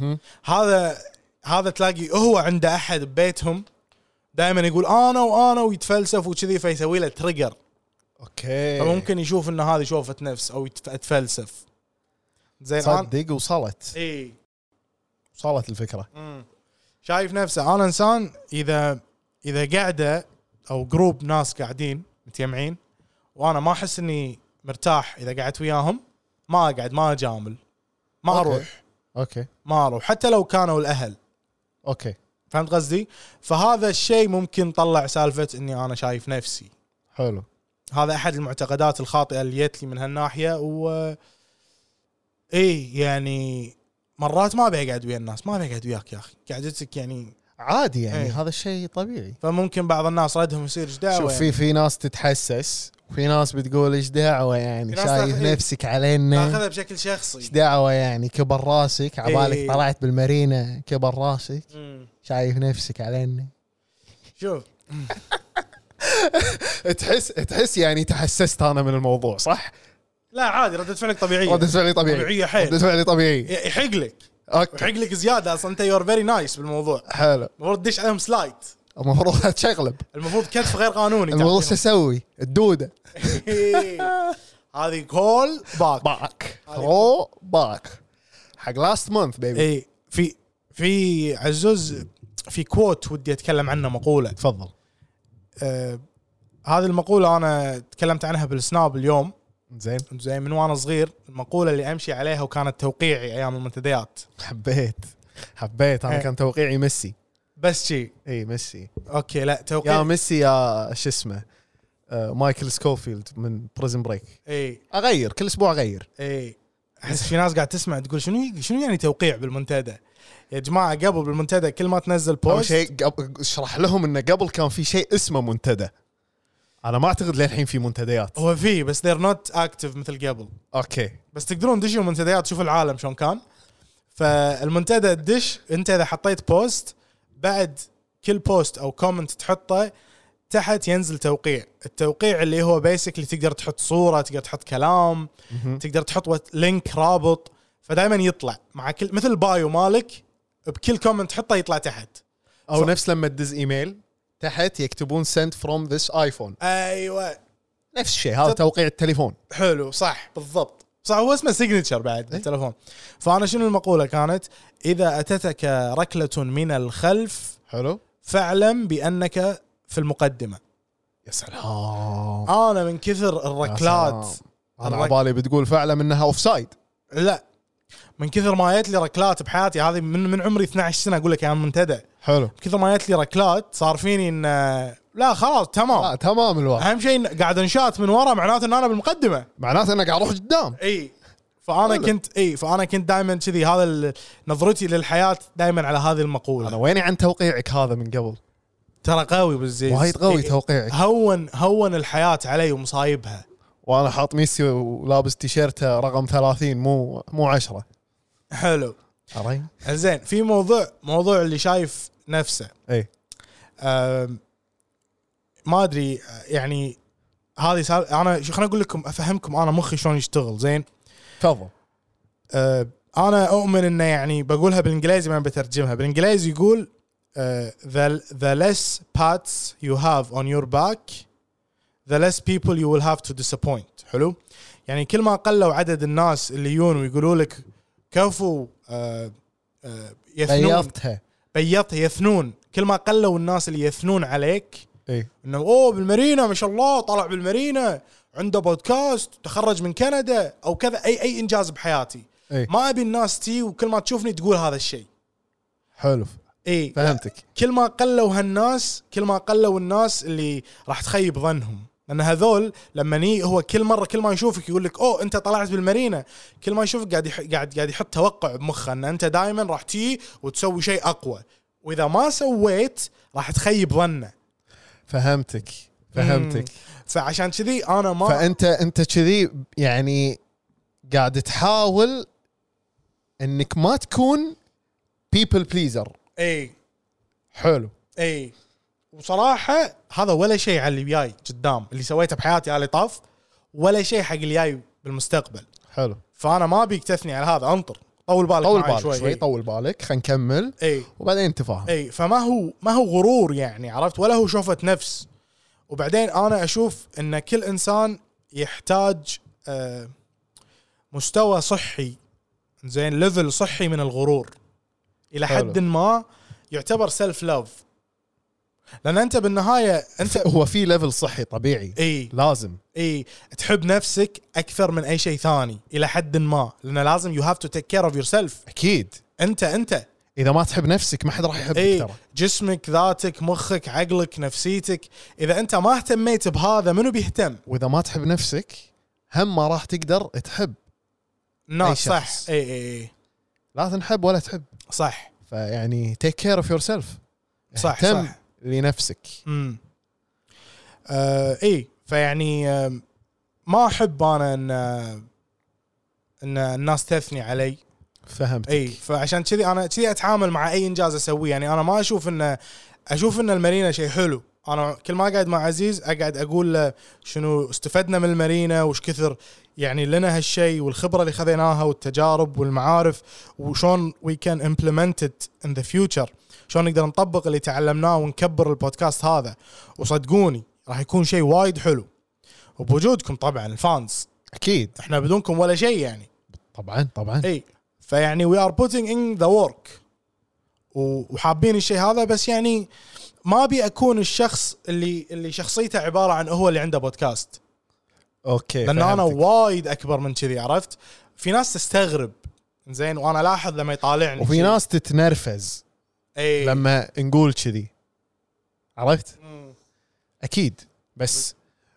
هذا تلاقي هو عند احد ببيتهم دائما يقول انا وانا ويتفلسف وكذي، فيسوي له تريجر. اوكي، فممكن يشوف ان هذه شوفة نفس او اتفلسف. زين، صدق وصلت. وصلت الفكره. شايف نفسه. انا انسان اذا قاعده او جروب ناس قاعدين متجمعين وانا ما احس اني مرتاح اذا قعدت وياهم، ما اقعد، ما اجامل، ما اروح. اوكي، ما اروح حتى لو كانوا الاهل. اوكي، فهمت قصدي؟ فهذا الشيء ممكن طلع سالفه اني انا شايف نفسي. حلو. هذا احد المعتقدات الخاطئه اللي جت لي من هالناحيه. يعني مرات ما بقعد ويا الناس، ما بقعد وياك يا اخي، قعدتك يعني عادي يعني. هذا الشيء طبيعي. فممكن بعض الناس ردهم يصير ايش دعوه. شوف، في ناس تتحسس وفي ناس بتقول ايش دعوه يعني، شايف نفسك علينا، تاخذها بشكل شخصي. ايش دعوه يعني، كبر راسك عبالك طلعت بالمارينا، كبر راسك شايف نفسك علينا. شوف تحس يعني تحسست انا من الموضوع، صح؟ لا عادي، ردة فعلك طبيعية. ردة فعلي طبيعية حيل. ردة فعلي طبيعي. يحق لك. يحق لك زيادة. أصلا أنت يور فيري نايس بالموضوع. حلو. المفروض تدش عليهم سلايد. المفروض تشغلب. المفروض كتف غير قانوني. المفروض تسوي الدودة. هذه كول باك. حق لاست مونث بيبي. في عزوز في كوت ودي أتكلم عنه، مقولة. تفضل. هذه المقولة أنا تكلمت عنها بالسناب اليوم. زين من وانا صغير، المقولة اللي امشي عليها وكانت توقيعي ايام المنتديات. حبيت انا. كان توقيعي ميسي بس شي. اي ميسي. اوكي، لا توقيع يا ميسي يا شو اسمه مايكل سكوفيلد من بريزن بريك. اغير كل اسبوع اغير. احس في ناس قاعد تسمع تقول شنو يعني توقيع بالمنتدى يا جماعة. قبل بالمنتدى كل ما تنزل بوست شيء اشرح لهم انه قبل كان في شيء اسمه منتدى. انا ما اعتقد للحين في منتديات. هو في بس they're not active مثل قبل. اوكي، بس تقدرون تدشوا منتديات تشوفوا العالم شلون كان. فالمنتدى الدش انت اذا حطيت بوست، بعد كل بوست او كومنت تحطه تحت ينزل توقيع. التوقيع اللي هو بيسكلي تقدر تحط صورة، تقدر تحط كلام، تقدر تحط لينك رابط. فدايما يطلع مع كل مثل بايو مالك، بكل كومنت تحطه يطلع تحت. او نفس لما تدز ايميل تحت يكتبون send from this iPhone. ايوه نفس الشيء. هذا توقيع التليفون. حلو، صح بالضبط، صح. هو اسمه سيجنتشر بعد بالتليفون. فانا شنو المقولة كانت؟ اذا اتتك ركلة من الخلف، حلو، فاعلم بانك في المقدمة. يا سلام. انا من كثر الركلات، انا عبالي بتقول فاعلم انها اوف سايد. لا، من كثر ما جت لي ركلات بحياتي هذه من عمري 12 سنة اقول لك يا منتدى. حلو. كثر ما جت لي ركلات صار فيني ان لا خلاص تمام. لا تمام الوضع. اهم شيء قاعد انشات من ورا، معناته ان انا بالمقدمة، معناته انك قاعد اروح قدام. فانا كنت دائما كذي. هذا نظرتي للحياة دائما على هذه المقولة. انا ويني عن توقيعك هذا من قبل؟ ترى قوي بالزيز وايد قوي توقيعك. هون الحياة علي ومصايبها. وانا حاط ميسي ولابس تيشيرته رقم 30 مو 10. حلو عري. زين في موضوع اللي شايف نفسه. اي ما ادري يعني هذه انا خليني اقول لكم افهمكم انا مخي شلون يشتغل. زين تفضل. انا اؤمن انه يعني بقولها بالانجليزي ما بترجمها بالانجليزي. يقول the less pats you have on your back the less people you will have to disappoint. حلو. يعني كل ما قلوا عدد الناس اللي يجون ويقولوا لك كفو يثنون بيضتها يثنون، كل ما قلوا الناس اللي يثنون عليك انه اوه بالمارينا ما شاء الله طلع بالمارينا عنده بودكاست تخرج من كندا او كذا اي انجاز بحياتي. ما ابي الناس تي وكل ما تشوفني تقول هذا الشيء. حلو. فهمتك. كل ما قلوا هالناس كل ما قلوا الناس اللي راح تخيب ظنهم، لان هذول لما هو كل مره كل ما يشوفك يقول لك اوه انت طلعت بالمارينا، كل ما يشوفك قاعد يحط توقع بمخه ان انت دائما راح تي وتسوي شيء اقوى، واذا ما سويت راح تخيب ظنه. فهمتك. فعشان كذي انا ما فانت كذي يعني قاعد تحاول انك ما تكون people pleaser. اي حلو. اي وصراحه هذا ولا شيء على اللي جاي قدام اللي سويته بحياتي على طاف، ولا شيء حق اللي جاي بالمستقبل. حلو. فانا ما بيك تثني على هذا. انطر طول بالك شوي. طول بالك خلينا نكمل. وبعدين تفاهم. فما هو غرور يعني، عرفت؟ ولا هو شوفة نفس. وبعدين انا اشوف ان كل انسان يحتاج مستوى صحي، زين ليفل صحي من الغرور الى حد ما يعتبر سيلف لاف. لان انت بالنهايه انت هو في ليفل صحي طبيعي. لازم تحب نفسك اكثر من اي شيء ثاني الى حد ما، لان لازم you have to take care of yourself. اكيد. انت اذا ما تحب نفسك ما حد راح يحبك. ترى جسمك ذاتك مخك عقلك نفسيتك، اذا انت ما اهتميت بهذا منو بيهتم؟ واذا ما تحب نفسك هم ما راح تقدر تحب ناس. صح. لا تنحب ولا تحب. صح. فيعني take care of yourself. صح لنفسك. فيعني ما احب انا ان الناس تثني علي. فهمتك. فعشان كذي انا اتعامل مع اي انجاز اسويه. يعني انا ما اشوف ان المارينا شيء حلو. انا كل ما قاعد مع عزيز اقعد اقول له شنو استفدنا من المارينا وش كثر يعني لنا هالشيء والخبره اللي خذيناها والتجارب والمعارف وشون we can implement it in the future، شلون نقدر نطبق اللي تعلمناه ونكبر البودكاست هذا. وصدقوني راح يكون شيء وايد حلو وبوجودكم طبعا الفانز. اكيد احنا بدونكم ولا شيء يعني. طبعا. فيعني we are putting in the work وحابين الشيء هذا، بس يعني ما بي اكون الشخص اللي شخصيته عباره عن هو اللي عنده بودكاست. اوكي. لان انا وايد اكبر من كذي، عرفت؟ في ناس تستغرب زين وانا لاحظ لما يطالعني، وفي ناس تتنرفز لما نقول كذي، عرفت؟ اكيد. بس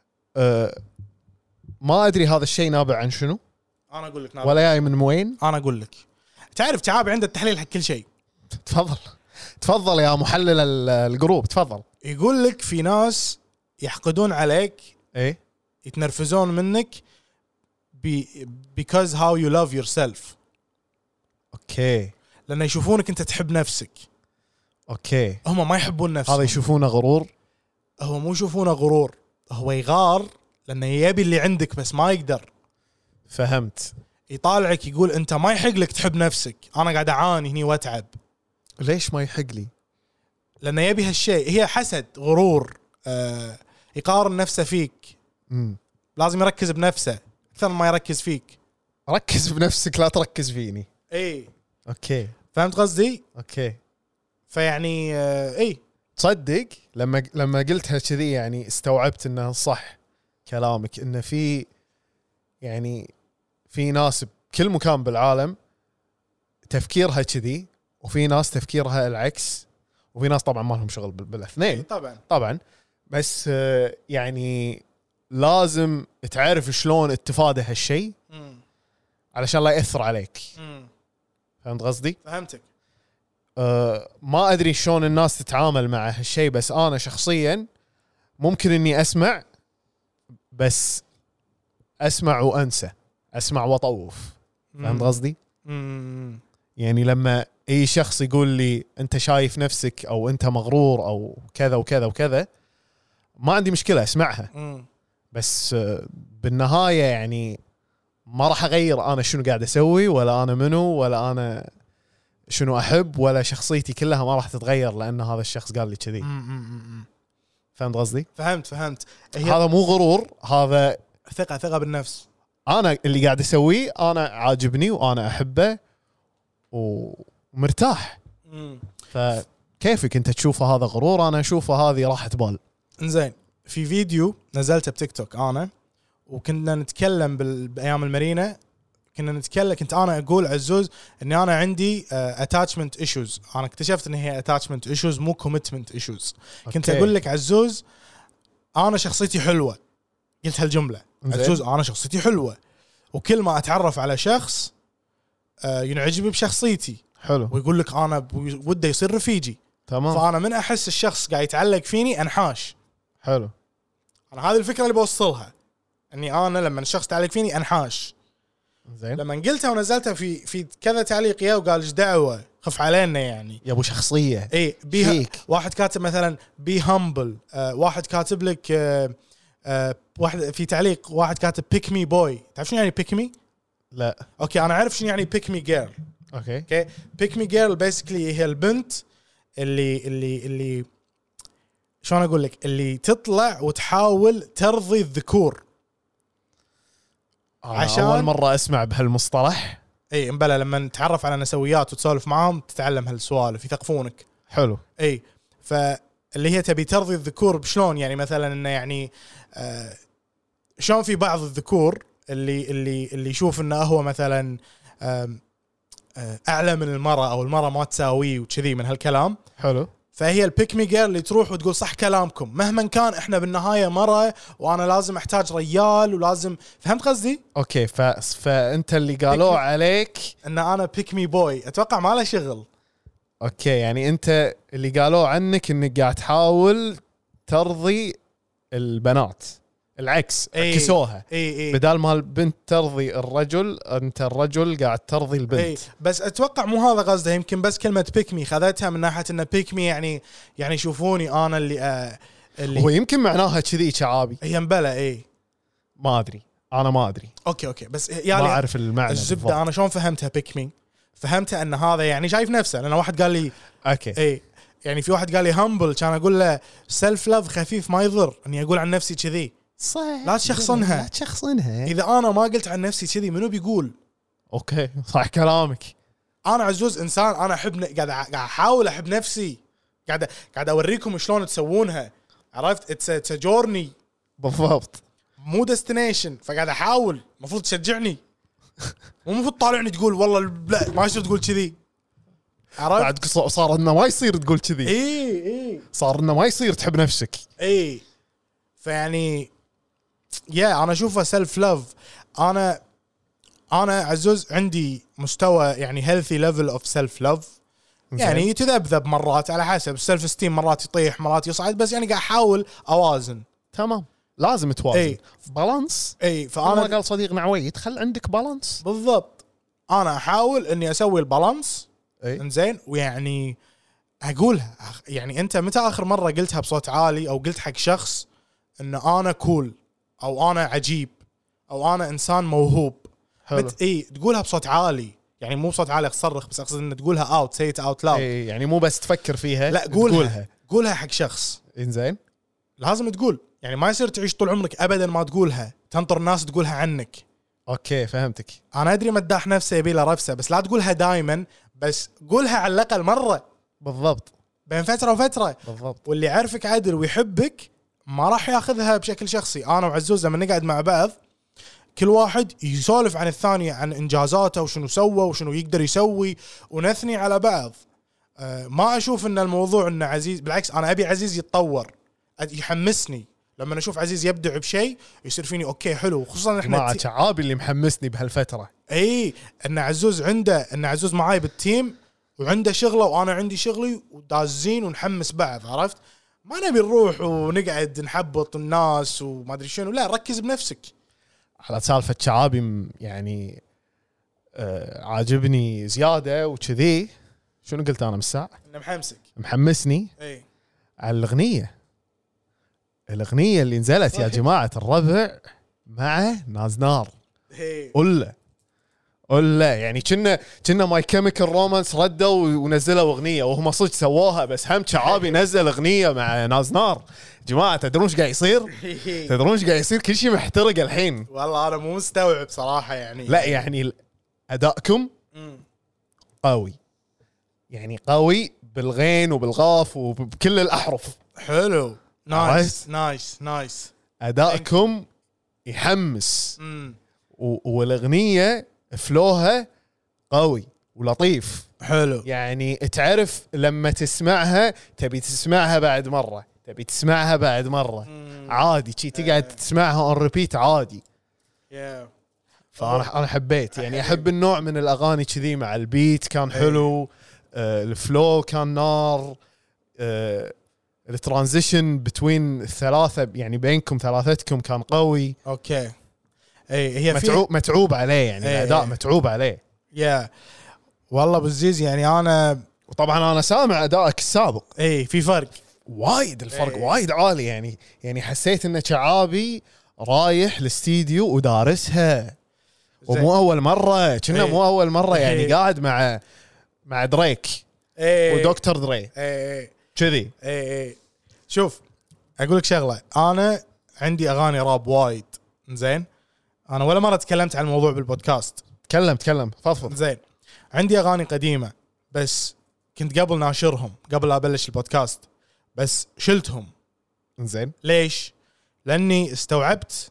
ما ادري هذا الشيء نابع عن شنو. انا اقول لك ولا جاي من وين. انا اقول لك تعرف تعابي عنده التحليل حق كل شيء. تفضل يا محلل الجروب تفضل. يقول لك في ناس يحقدون عليك يتنرفزون منك because how you love yourself. اوكي. لأن يشوفونك انت تحب نفسك. اوكي. هم ما يحبون نفسهم. هذا يشوفونه غرور. هو مو يشوفونه غرور، هو يغار لأنه يبي اللي عندك بس ما يقدر. فهمت. يطالعك يقول انت ما يحق لك تحب نفسك، انا قاعد اعاني هني واتعب. ليش ما يحق لي؟ لأنه يبي هالشيء. هي حسد، غرور، يقارن نفسه فيك. لازم يركز بنفسه أكثر ما يركز فيك. ركز بنفسك لا تركز فيني. اوكي. فهمت قصدي؟ اوكي. فيعني تصدق لما قلتها كذي يعني استوعبت انه صح كلامك، انه في يعني في ناس بكل مكان بالعالم تفكيرها كذي، وفي ناس تفكيرها العكس، وفي ناس طبعا ما لهم شغل بالاثنين. طبعا بس يعني لازم تعرف شلون تتفادى هالشيء علشان لا يأثر عليك. فهمت قصدي؟ فهمتك. ما ادري شلون الناس تتعامل مع هالشيء، بس انا شخصيا ممكن اني اسمع، بس اسمع وانسى، اسمع واطوف. فهمت قصدي؟ يعني لما اي شخص يقول لي انت شايف نفسك او انت مغرور او كذا وكذا وكذا، ما عندي مشكلة اسمعها. بس بالنهاية يعني ما راح اغير انا شنو قاعد اسوي، ولا انا منو، ولا انا شنو احب، ولا شخصيتي كلها ما راح تتغير لان هذا الشخص قال لي كذي. فهمت قصدي؟ فهمت. هذا مو غرور، هذا ثقة بالنفس. انا اللي قاعد اسويه انا عاجبني وانا احبه ومرتاح. فكيفك انت تشوفه هذا غرور، انا اشوفه هذه راحة بال. انزين، في فيديو نزلته بتيك توك انا، وكنا نتكلم بايام المارينا، كنت انا اقول عزوز اني انا عندي اتاتشمنت ايشوز. انا اكتشفت ان هي اتاتشمنت ايشوز مو كوميتمنت ايشوز. كنت اقول لك عزوز انا شخصيتي حلوه، قلت هالجمله عزوز انا شخصيتي حلوه، وكل ما اتعرف على شخص ينعجب بشخصيتي حلو، ويقول لك انا وده يصير رفيجي. تمام. فانا من احس الشخص قاعد يتعلق فيني انحاش. حلو. انا هذه الفكره اللي بوصلها، اني انا لما الشخص تعلق فيني انحاش. زين. لما قلتها ونزلتها في كذا تعليق يا وقال ايش دعوه خف علينا يعني يا ابو شخصيه. اي واحد كاتب مثلا بي هامبل، واحد كاتب لك واحد في تعليق واحد كاتب بيك مي بوي. تعرف شنو يعني بيك مي؟ لا. اوكي انا عارف شنو يعني بيك مي جيرل. اوكي بيك مي جيرل بيسكلي هي البنت اللي شلون اقول لك، اللي تطلع وتحاول ترضي الذكور. عشان اول مره اسمع بهالمصطلح. اي امبلا لما نتعرف على نسويات وتسولف معهم تتعلم هالسوالف يثقفونك. حلو. اي فاللي هي تبي ترضي الذكور بشلون يعني، مثلا انه يعني شلون في بعض الذكور اللي يشوف انه هو مثلا اعلى من المرأة او المرأة ما تساويه وكذي من هالكلام. حلو. فهي البيك مي جيرل اللي تروح وتقول صح كلامكم مهما كان احنا بالنهايه مرة وانا لازم احتاج ريال ولازم. فهمت قصدي؟ اوكي. فانت اللي قالوا عليك ان انا بيك مي بوي اتوقع ما له شغل. اوكي يعني انت اللي قالوا عنك انك قاعد تحاول ترضي البنات، العكس عكسوها. بدال ما البنت ترضي الرجل، انت الرجل قاعد ترضي البنت. بس اتوقع مو هذا قصده، يمكن بس كلمه بيك مي خذتها من ناحيه ان بيك مي يعني شوفوني انا اللي هو يمكن معناها كذي شعابي. هي مبلا ما ادري، انا ما ادري. اوكي بس يعني ما اعرف المعنى الزبده. انا شلون فهمتها بيك مي؟ فهمتها ان هذا يعني شايف نفسه، لان واحد قال لي اوكي يعني في واحد قال لي هامبل، كان اقول له سيلف لاف خفيف ما يضر، اني اقول عن نفسي كذي. صح. لا تشخصنها. اذا انا ما قلت عن نفسي كذي منو بيقول؟ اوكي صح كلامك. انا عزوز انسان، انا احب قاعد احاول احب نفسي، قاعد اوريكم شلون تسوونها. عرفت؟ اتس جورني. بالضبط، مو ديستنيشن. فقاعد احاول، المفروض تشجعني، مو المفروض تطالعني تقول والله لا ما يصير تقول كذي. عرفت؟ صار انه ما يصير تقول كذي. اي صار انه ما يصير تحب نفسك. فيعني انا اشوفه سيلف لاف. انا عزوز عندي مستوى يعني healthy level of self love، يعني يتذبذب مرات على حسب السيلف استيم، مرات يطيح مرات يصعد، بس يعني قاعد احاول اوازن. تمام، لازم توازن. بالانس. فانا قال صديقنا عويد خل عندك بالانس. بالضبط، انا احاول اني اسوي البالانس. انزين، ويعني اقولها يعني انت متى اخر مره قلتها بصوت عالي او قلت حق شخص ان انا كول او انا عجيب او انا انسان موهوب؟ تقولها بصوت عالي، يعني مو بصوت عالي تصرخ، بس اقصد ان تقولها اوت، سيت اوت لاود. يعني مو بس تفكر فيها، لا قولها حق شخص. انزين، لازم تقول، يعني ما يصير تعيش طول عمرك ابدا ما تقولها، تنطر الناس تقولها عنك. اوكي فهمتك. انا ادري مداح نفسه يبي له رفسه، بس لا تقولها دائما، بس قولها على الاقل مره. بالضبط، بين فتره وفتره. بالضبط. واللي يعرفك عدل ويحبك ما راح ياخذها بشكل شخصي. انا وعزوز لما نقعد مع بعض كل واحد يسولف عن الثاني، عن انجازاته وشنو سوى وشنو يقدر يسوي، ونثني على بعض. ما اشوف ان الموضوع انه عزيز، بالعكس انا ابي عزيز يتطور، يحمسني لما اشوف عزيز يبدع بشيء يصير فيني اوكي حلو، خصوصا احنا مع شعابي اللي محمسني بهالفتره. ان عزوز عنده، ان عزوز معاي بالتيم وعنده شغله وانا عندي شغلي ودازين ونحمس بعض، عرفت؟ ما نبي نروح ونقعد نحبط الناس وما ادري شنو، لا ركز بنفسك. على سالفه شعابي يعني عاجبني زياده وكذي. شنو قلت انا من الساعه؟ انه محمسني اي على الاغنيه اللي نزلت يا جماعه الربع مع نازنار. قله يعني كنا ماي كيميكال رومانس ردوا ونزلوا اغنيه وهم صدق سووها، بس هم شعابي نزل اغنيه مع نازنار. جماعه تدرون ايش قاعد يصير؟ كل شيء محترق الحين. والله انا مو مستوعب صراحه يعني. لا يعني ادائكم قوي، يعني قوي بالغين وبالغاف وبكل الاحرف. حلو، نايس. ادائكم يحمس والاغنيه فلوها قوي ولطيف. حلو، يعني تعرف لما تسمعها تبي تسمعها بعد مرة عادي شي تقعد تسمعها اون ريبيت عادي. فانا حبيت يعني احب النوع من الاغاني كذي، مع البيت كان حلو، الفلو كان نار، الترانزيشن بين الثلاثه يعني بينكم ثلاثتكم كان قوي. اوكي هي متعوب عليه يعني الاداء متعوب عليه. والله بالزيز يعني انا وطبعا انا سامع ادائك السابق. في فرق وايد، الفرق وايد عالي يعني حسيت ان شعابي رايح الاستديو ودارسها، ومو اول مره كنا مو اول مره يعني قاعد مع دريك ودكتور دري كذي. شوف اقول لك شغله، انا عندي اغاني راب وايد زين. انا ولا مره تكلمت عن الموضوع بالبودكاست. تكلم فضفض. زين، عندي اغاني قديمه بس كنت قبل ناشرهم قبل لا ابلش البودكاست، بس شلتهم. زين، ليش؟ لاني استوعبت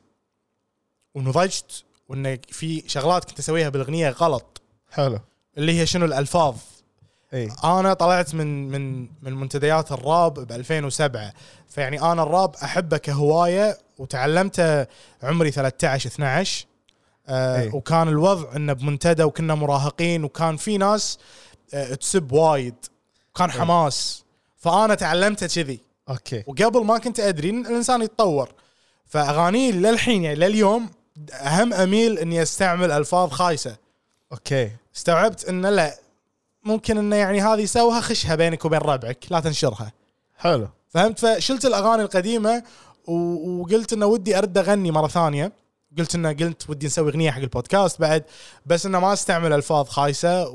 ونضجت وان في شغلات كنت اسويها بالاغنيه غلط. حلو. اللي هي شنو؟ الالفاظ. انا طلعت من منتديات الراب ب 2007، فيعني انا الراب احبه كهوايه وتعلمته عمري 13-12. وكان الوضع انه بمنتدى وكنا مراهقين وكان في ناس تسب وايد، كان حماس، فانا تعلمته كذي. اوكي. وقبل ما كنت ادري ان الانسان يتطور، فاغاني للحين يعني لليوم اهم اميل اني استعمل الفاظ خايسه. اوكي. استوعبت انه لا، ممكن انه يعني هذه سوها خشها بينك وبين ربعك، لا تنشرها. حلو، فهمت؟ فشلت الاغاني القديمه وقلت انه ودي ارد اغني مره ثانيه. قلت ودي نسوي اغنيه حق البودكاست بعد، بس انه ما استعمل الفاظ خايسه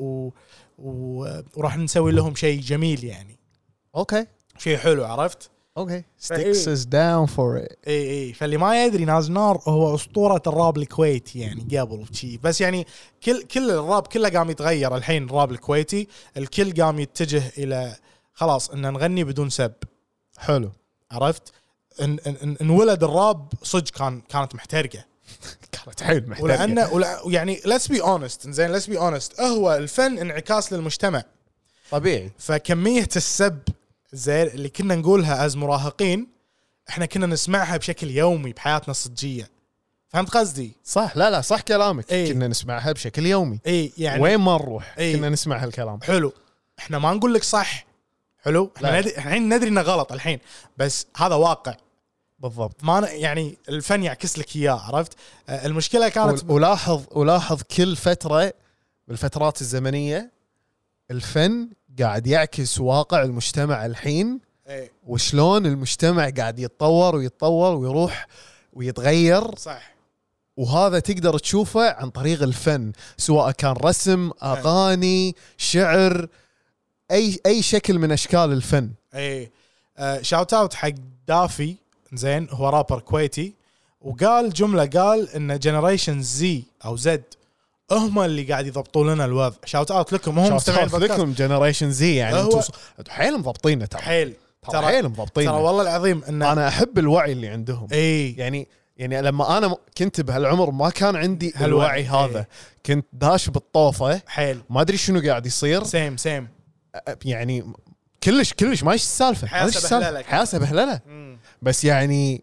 وراح نسوي لهم شيء جميل يعني. اوكي، شيء حلو، عرفت؟ اوكي. sticks is down for it. اي فاللي ما يدري نازنار هو اسطوره الراب الكويتي يعني قبل شيء، بس يعني كل الراب كله قام يتغير الحين. الراب الكويتي الكل قام يتجه الى خلاص ان نغني بدون سب. حلو، عرفت؟ انولد الراب صدق كانت محترقه. كانت حيل محترقه. يعني let's be honest. زين، let's be honest، هو الفن انعكاس للمجتمع طبيعي. فكميه السب زين اللي كنا نقولها از مراهقين احنا كنا نسمعها بشكل يومي بحياتنا الصجيه. فهمت قصدي؟ صح. لا صح كلامك. كنا نسمعها بشكل يومي. يعني وين ما نروح كنا نسمع هالكلام. حلو، احنا ما نقول لك صح. حلو، احنا الحين ندري انه غلط الحين، بس هذا واقع. بالضبط. ما يعني الفن يعكس لك اياه، عرفت؟ المشكله كانت ولاحظ كل فتره بالفترات الزمنيه الفن قاعد يعكس واقع المجتمع الحين. وشلون المجتمع قاعد يتطور ويروح ويتغير. صح. وهذا تقدر تشوفه عن طريق الفن، سواء كان رسم، اغاني، شعر، اي شكل من اشكال الفن. شاوت اوت حق دافي. زين، هو رابر كويتي وقال جمله، قال ان جنريشن زي او زد هم اللي قاعد يضبطوا لنا الوضع. شاوت اوت لكم، هم مستمعين البودكاست لكم جنريشن زي يعني انتم حيل مضبطين. ترى حيل مضبطين. ترى والله العظيم ان انا احب الوعي اللي عندهم. يعني لما انا كنت بهالعمر ما كان عندي الوعي هذا. كنت داش بالطوفه حيل، ما ادري شنو قاعد يصير. سيم يعني كلش ما ايش السالفه. حياسه بهلله. بس يعني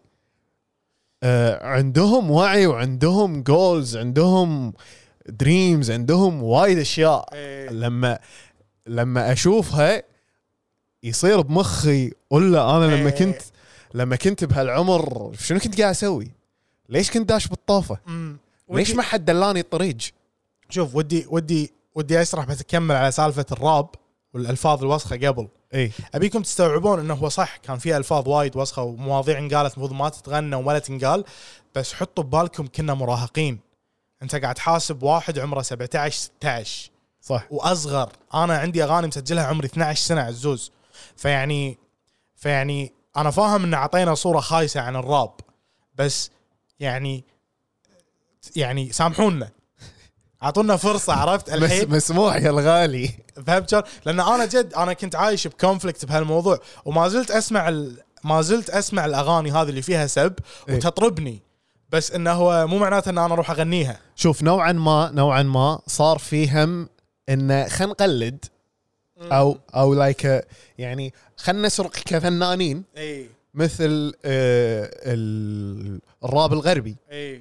عندهم وعي وعندهم جولز، عندهم دريمز، عندهم وايد اشياء. لما لما اشوفها يصير بمخي ولا انا لما كنت بهالعمر شنو كنت قاعد اسوي؟ ليش كنت داش بالطوفه؟ ليش ما حد دلاني الطريق؟ شوف ودي اشرح بس اكمل على سالفه الراب والالفاظ الوسخه قبل. ابيكم تستوعبون انه هو صح كان فيها الفاظ وايد وسخه ومواضيع انقالت المفروض ما تتغنى ولا تنقال، بس حطوا ببالكم كنا مراهقين. انت قاعد حاسب واحد عمره 17 16 صح واصغر. انا عندي اغاني مسجلها عمري 12 سنه عزوز. فيعني انا فاهم ان اعطينا صوره خايسه عن الراب، بس يعني سامحونا اعطونا فرصه. عرفت الحين مسموح يا الغالي، فهمت؟ لان انا كنت عايش بكونفليكت بهالموضوع، وما زلت اسمع الاغاني هذه اللي فيها سب وتطربني، بس انه هو مو معناته ان انا اروح اغنيها. شوف نوعا ما صار فيهم ان خلينا نقلد او لايك يعني خلينا نسرق كفنانين مثل الراب الغربي.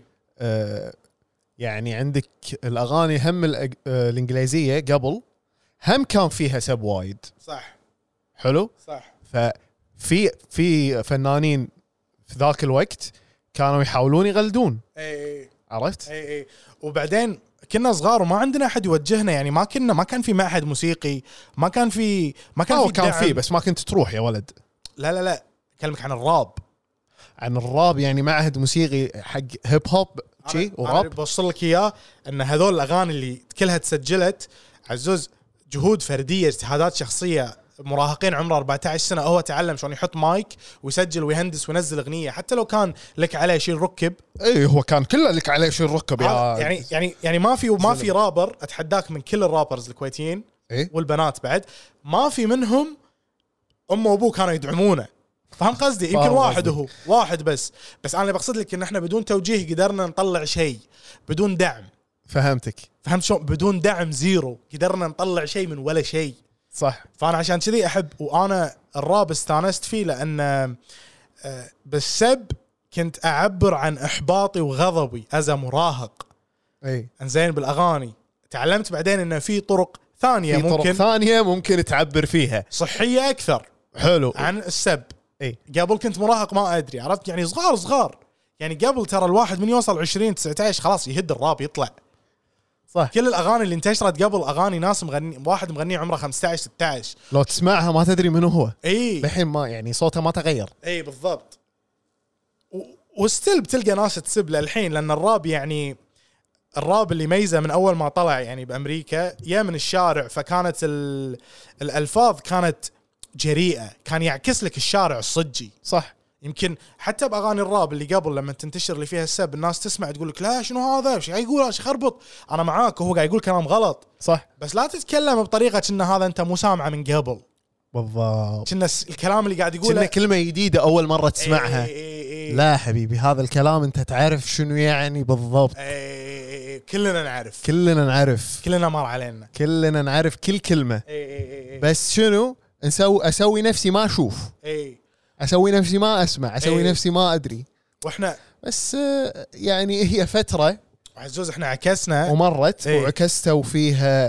يعني عندك الاغاني هم الانجليزيه قبل هم كان فيها سب وايد. صح حلو صح. في فنانين في ذاك الوقت كانوا يحاولون يغلدون. عرفت؟ وبعدين كنا صغار وما عندنا احد يوجهنا، يعني ما كان في معهد موسيقي، ما كان في كان في بس ما كنت تروح يا ولد. لا اكلمك عن الراب يعني معهد موسيقي حق هيب هوب شيء وراب. بوصل لك اياه ان هذول الاغاني اللي كلها تسجلت عزوز جهود فرديه، اجتهادات شخصيه، مراهقين عمره 14 سنه هو تعلم شلون يحط مايك ويسجل ويهندس وينزل اغنيه، حتى لو كان لك عليه شيء ركب. هو كان كله لك عليه شيء ركب يعني ما في رابر اتحداك من كل الرابرز الكويتيين والبنات بعد ما في منهم امه وابوه كانوا يدعمونه. فهم قصدي؟ يمكن واحد بس انا اللي بقصد لك ان احنا بدون توجيه قدرنا نطلع شيء، بدون دعم. فهمت شلون؟ بدون دعم زيرو قدرنا نطلع شيء من ولا شيء. صح. فانا عشان كذي احب، وانا الراب استانست فيه لان بالسب كنت اعبر عن احباطي وغضبي از مراهق. انزين بالاغاني تعلمت بعدين انه في طرق ثانيه ممكن تعبر فيها صحيه اكثر. حلو. عن السب. قبل كنت مراهق ما ادري، عرفت؟ يعني صغار يعني قبل ترى الواحد من يوصل 20 19 خلاص يهد الراب يطلع. صح. كل الاغاني اللي انتشرت قبل اغاني ناس واحد مغني عمره 15 16 لو تسمعها ما تدري منو هو. الحين ما يعني صوته ما تغير. بالضبط. وستيل بتلقى ناس تسب للحين، لان الراب يعني الراب اللي ميزه من اول ما طلع يعني بامريكا يا من الشارع، فكانت الالفاظ كانت جريئه، كان يعكس لك الشارع الصجي. صح. يمكن حتى باغاني الراب اللي قبل لما تنتشر اللي فيها السب الناس تسمع تقول لك لا شنو هذا، ايش يقول، ايش خربط. انا معاك وهو قاعد يقول كلام غلط. صح. بس لا تتكلم بطريقه ان هذا انت مو سامعه من قبل. بالضبط. كنا الكلام اللي قاعد يقوله كنا كلمه جديده اول مره تسمعها. لا حبيبي هذا الكلام انت تعرف شنو يعني بالضبط. كلنا نعرف كلنا مر علينا، كلنا نعرف كل كلمه. بس شنو اسوي نفسي ما اشوف. اسوي نفسي ما اسمع، اسوي نفسي ما ادري. واحنا بس يعني هي فتره عزوز احنا عكسنا ومرت وعكستوا فيها.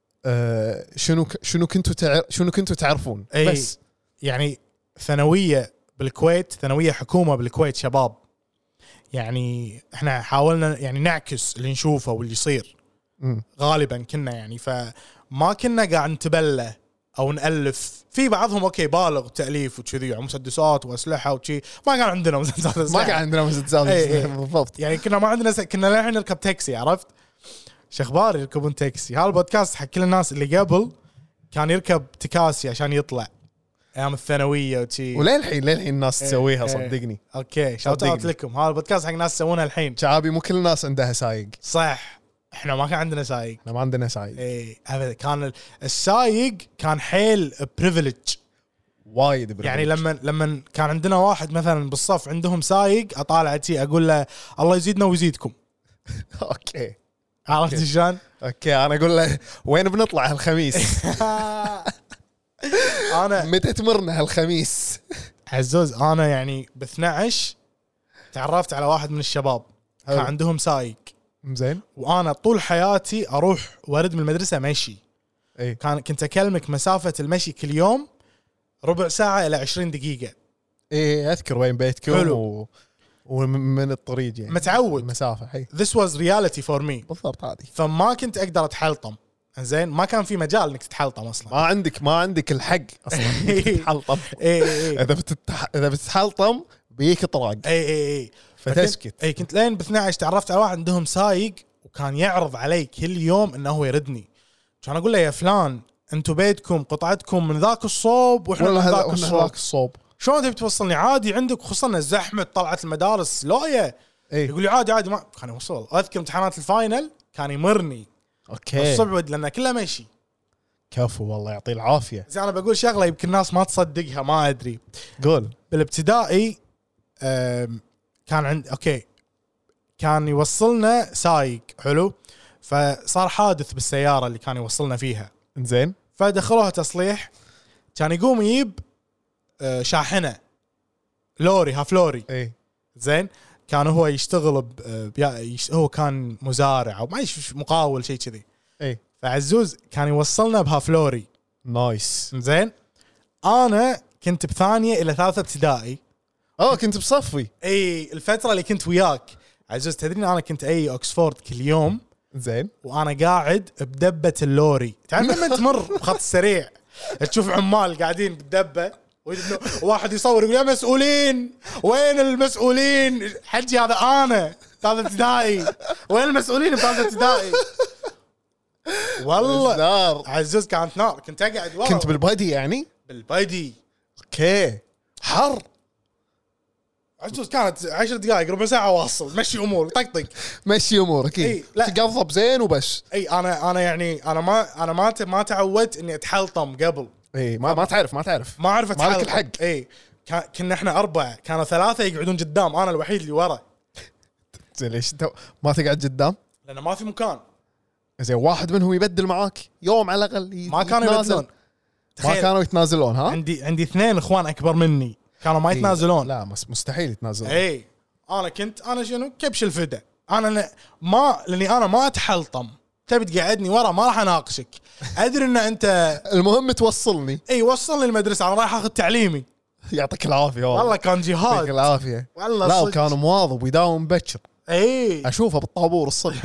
شنو كنتوا تعرفون. بس يعني ثانويه بالكويت، ثانويه حكومه بالكويت شباب، يعني احنا حاولنا يعني نعكس اللي نشوفه واللي يصير. غالبا كنا يعني فما كنا قاعد نتبلى او نالف. في بعضهم اوكي بالغ تاليف وكذي مسدسات واسلحه وشي، ما كان عندنا مسدسات ما كان عندنا مسدسات. بالضبط. يعني كنا ما عندنا كنا الحين نركب تاكسي. عرفت شخبار يركبون تاكسي؟ هالبودكاست حق كل الناس اللي قبل كان يركب تكاسي عشان يطلع ايام الثانويه وشي، وللحين الناس تسويها. صدقني. اوكي شوت اوت لكم. هالبودكاست حق ناس يسوونها الحين. شعابي مو كل الناس عندها سايق. صح. احنا ما كان عندنا سايق. ما عندنا سايق. ابدا. كان السايق كان حيل بريفليج وايد بريفليج. يعني لما كان عندنا واحد مثلا بالصف عندهم سايق، اطالع شيء اقول له الله يزيدنا ويزيدكم. اوكي. عرفت شلون؟ اوكي. انا اقول له وين بنطلع هالخميس؟ انا متى تمرنا هالخميس؟ عزوز انا يعني ب 12 تعرفت على واحد من الشباب كان عندهم سايق. زين. وانا طول حياتي اروح وارد من المدرسه ماشي. كنت اكلمك مسافه المشي كل يوم ربع ساعه الى 20 دقيقه. اذكر وين بيتكم ومن الطريق يعني متعود المسافه. This was reality for me. بالضبط هذه. فما كنت اقدر اتحلطم. زين ما كان في مجال انك تتحلطم اصلا. ما عندك الحق اصلا انك تتحلطم. اذا بتتحلطم بيك طراق. اي فتسكت. كنت لين ب 12 تعرفت على واحد عندهم سايق وكان يعرض علي كل يوم انه هو يردني. كان اقول له يا فلان انتم بيتكم قطعتكم من ذاك الصوب واحنا من ذاك الصوب. شلون تبي توصلني عادي عندك خصوصا الزحمه طلعت المدارس لويه. يقول لي عادي ما كان يوصل. اذكر امتحانات الفاينل كان يمرني اوكي الصبح لانه كله مشي. كفو والله يعطيه العافيه. زين انا بقول شغله يمكن الناس ما تصدقها ما ادري. قول. بالابتدائي كان عند كان يوصلنا سايق حلو فصار حادث بالسياره اللي كان يوصلنا فيها. زين فدخلوها تصليح كان يقوم يجيب شاحنه لوري هاف لوري. زين كان هو يشتغل هو كان مزارع او ما مقاول شيء كذي. فعزوز كان يوصلنا بهاف لوري. نايس. زين انا كنت بثانيه الى ثالثه ابتدائي. كنت بصفي. الفتره اللي كنت وياك عزوز تدري انا كنت اوكسفورد كل يوم. زين وانا قاعد بدبه اللوري. تعرف لما تمر بخط السريع تشوف عمال قاعدين بالدبه واحد يصور يقول يا مسؤولين وين المسؤولين حجي هذا انا ثالث ابتدائي وين المسؤولين بثالث ابتدائي. والله نار. عزوز كانت نار. كنت اقعد ورا. كنت بالبادي يعني بالبادي. اوكي حر. عزوز كانت 10 دقائق ربع ساعه واصل مشي امور طقطق مشي امورك. تقضب زين وبس. انا يعني انا ما تعودت اني اتحلطم قبل. ما تعرف ما اعرف اتحلطم. مالك الحق. كنا احنا 4 كانوا 3 يقعدون قدام انا الوحيد اللي ورا. زين ليش ما تقعد قدام؟ لانه ما في مكان. زين واحد منهم يبدل معاك يوم على الاقل. ما كانوا يبدلون. ما كانوا يتنازلون. عندي 2 اخوان اكبر مني كانوا ما يتنازلون. لا مستحيل يتنازلون. انا شنو كبش الفدا. لاني انا ما اتحلطم. تبي تقعدني ورا ما راح اناقشك. ادري ان انت المهم توصلني. وصلني المدرسه انا رايح اخذ تعليمي. يعطيك العافيه والله كان جهاد. يعطيك العافيه والله. لا وكان مواظب ويداوم بكر. اشوفه بالطابور الصبح.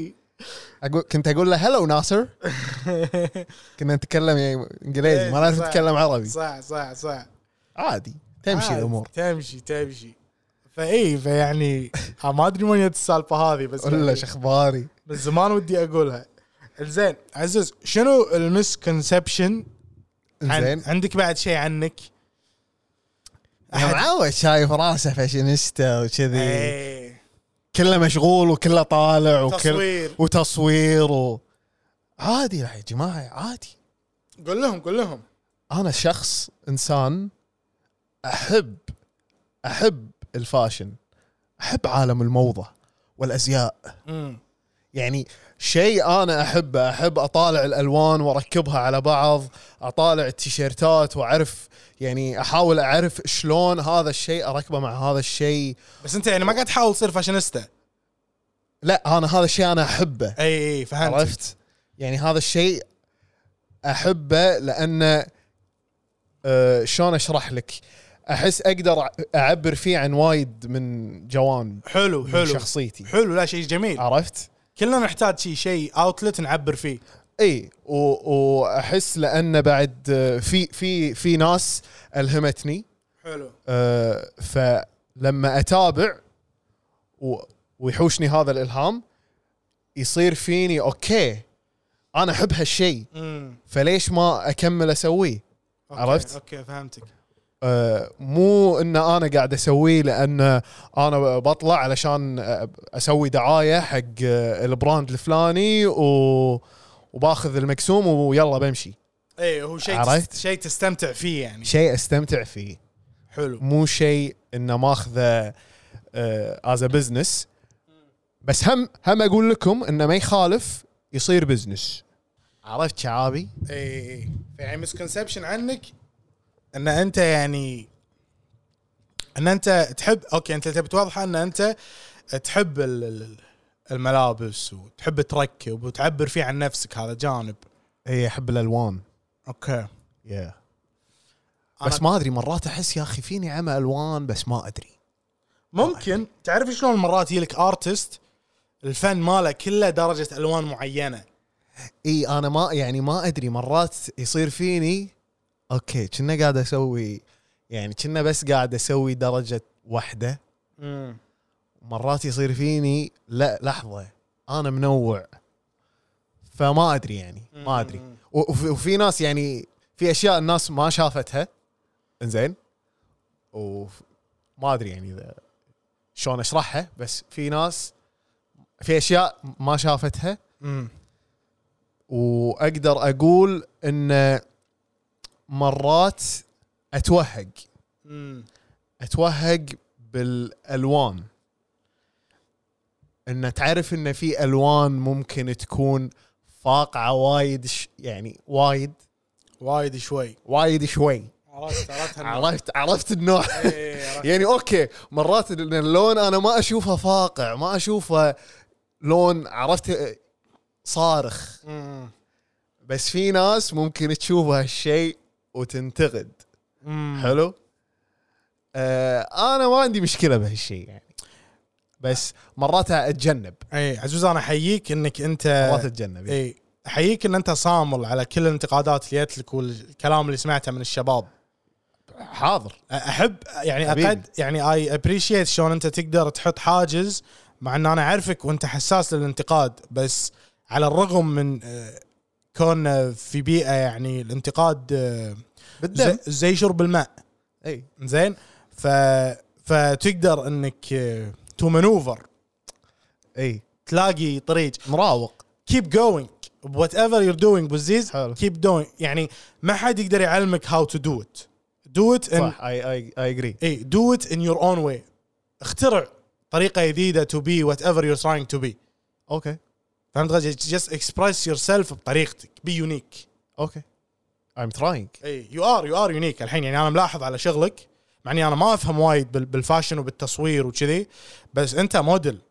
كنت اقول له هلو ناصر. كنا نتكلم انجليزي ما لازم نتكلم عربي. صح عادي تمشي الامور. تمشي فيعني ما ادري من يد السالفه هذه بس ولا شخباري من زمان ودي اقولها. زين عزوز شنو المسكونسبشن عندك بعد شيء عنك؟ معود شايف راسه فاشينيستا وكذي. كله مشغول وكله طالع وتصوير عادي. يا جماعه عادي. قول لهم انا شخص انسان احب الفاشن. احب عالم الموضه والازياء. يعني شيء انا احب اطالع الالوان واركبها على بعض. اطالع التيشيرتات واعرف يعني احاول اعرف شلون هذا الشيء اركبه مع هذا الشيء. بس انت يعني ما قاعد تحاول تصير فاشينيستا. لا انا هذا الشيء انا احبه. فهمت. عرفت يعني هذا الشيء احبه لانه شلون اشرح لك احس اقدر اعبر فيه عن وايد من جوانب. حلو من شخصيتي. حلو. لا شيء جميل. عرفت كلنا نحتاج شيء اوتلت نعبر فيه. واحس لان بعد في ناس الهمتني. حلو. فلما اتابع ويحوشني هذا الالهام يصير فيني اوكي انا احب هالشيء فليش ما اكمل اسويه. عرفت. اوكي فهمتك. مو ان انا قاعد اسويه لان انا بطلع علشان اسوي دعايه حق البراند الفلاني وباخذ المقسوم ويلا بمشي. هو شيء تستمتع فيه يعني. شيء استمتع فيه. حلو. مو شيء انه ماخذه از بزنس. بس هم اقول لكم انه ما يخالف يصير بزنس. عرفت شعابي؟ يعني مسكونسبشن عنك ان انت يعني ان انت تحب انت تبي توضح ان انت تحب الملابس وتحب تركب وتعبر فيه عن نفسك. هذا جانب. اي احب الالوان. اوكي بس ما ادري مرات احس يا اخي فيني عمى الوان بس ما ادري. ممكن تعرف شلون مرات يجيلك ارتست الفن ماله كله درجة الوان معينة. اي انا ما ادري مرات يصير فيني اوكي كنا قاعد اسوي يعني كنا بس قاعد اسوي درجة واحدة. مرات يصير فيني لا لحظة انا منوع فما ادري يعني ما ادري. وفي ناس يعني في اشياء الناس ما شافتها انزين وما ادري يعني اذا شلون اشرحها بس في ناس في اشياء ما شافتها. واقدر اقول ان مرات اتوهق بالالوان ان تعرف ان في الوان ممكن تكون فاقعه وايد يعني وايد شوي عرفت النوع. يعني اوكي مرات اللون انا ما اشوفه فاقع ما اشوفه لون عرفت صارخ. بس في ناس ممكن تشوف هالشيء وتنتقد. حلو. انا ما عندي مشكله بهالشيء يعني بس مرات اتجنب. اي عزوز انا احييك انك انت مرات اتجنب. اي احييك ان انت صامل على كل الانتقادات اللي جت لك والكلام اللي سمعته من الشباب. حاضر احب يعني اقد يعني اي ابريشيت شلون انت تقدر تحط حاجز مع ان انا اعرفك وانت حساس للانتقاد بس على الرغم من كون في بيئه يعني الانتقاد بالدم زي شرب الماء. اي زين فتقدر انك تو مانوفر اي تلاقي طريق مراوغ. keep going whatever you're doing بوزيز keep doing يعني ما حد يقدر يعلمك how to do it صح I agree. اي do it in your own way. اخترع طريقة جديدة to be whatever you're trying to be. اوكي فهمت غاجي just express yourself بطريقتك be unique. اوكي I'm trying. اي you are unique الحين يعني انا ملاحظ على شغلك مع اني انا ما افهم وايد بالفاشن وبالتصوير وكذي بس انت موديل.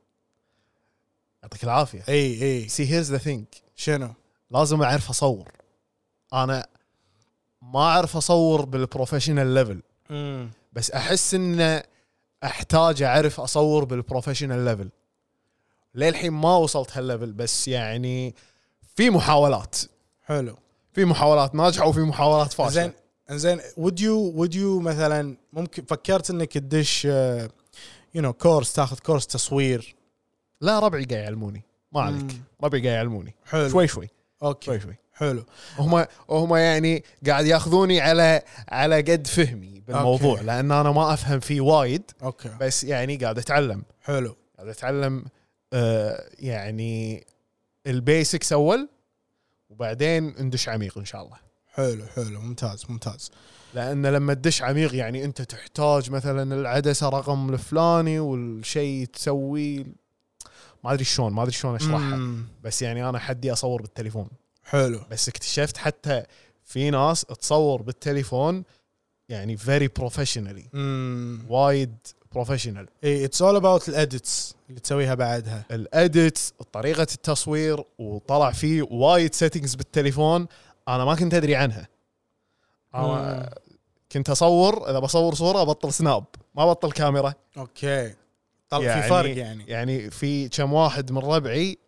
يعطيك العافية. اي see here's the thing شنو لازم اعرف اصور. انا ما اعرف اصور بالبروفيشنال ليفل بس احس ان احتاج اعرف اصور بالبروفيشنال ليفل. للحين ما وصلت هالليفل بس يعني في محاولات. حلو في محاولات ناجحة وفي محاولات فاشلة. زين would you مثلا ممكن فكرت انك تدش كورس تاخذ كورس تصوير؟ لا ربعي قاعد يعلموني ما عليك. ربعي قاعد يعلموني شوي اوكي شوي حلو. هم يعني قاعد ياخذوني على قد فهمي بالموضوع أوكي. لان انا ما افهم فيه وايد اوكي بس يعني قاعد اتعلم. حلو قاعد اتعلم يعني البيسكس اول وبعدين ندش عميق ان شاء الله. حلو ممتاز. لان لما تدش عميق يعني انت تحتاج مثلا العدسه رقم الفلاني والشيء تسوي ما ادري شلون اشرحها بس يعني انا حدي اصور بالتليفون. حلو. بس اكتشفت حتى في ناس تصور بالتليفون يعني very professionally وايد professional. it's all about الاديتس اللي تسويها بعدها. الاديتس طريقه التصوير وطلع فيه وايد settings بالتليفون انا ما كنت ادري عنها. انا كنت اصور اذا بصور صوره ابطل سناب ما بطل كاميرا. اوكي طب يعني في فرق يعني في كم واحد من ربعي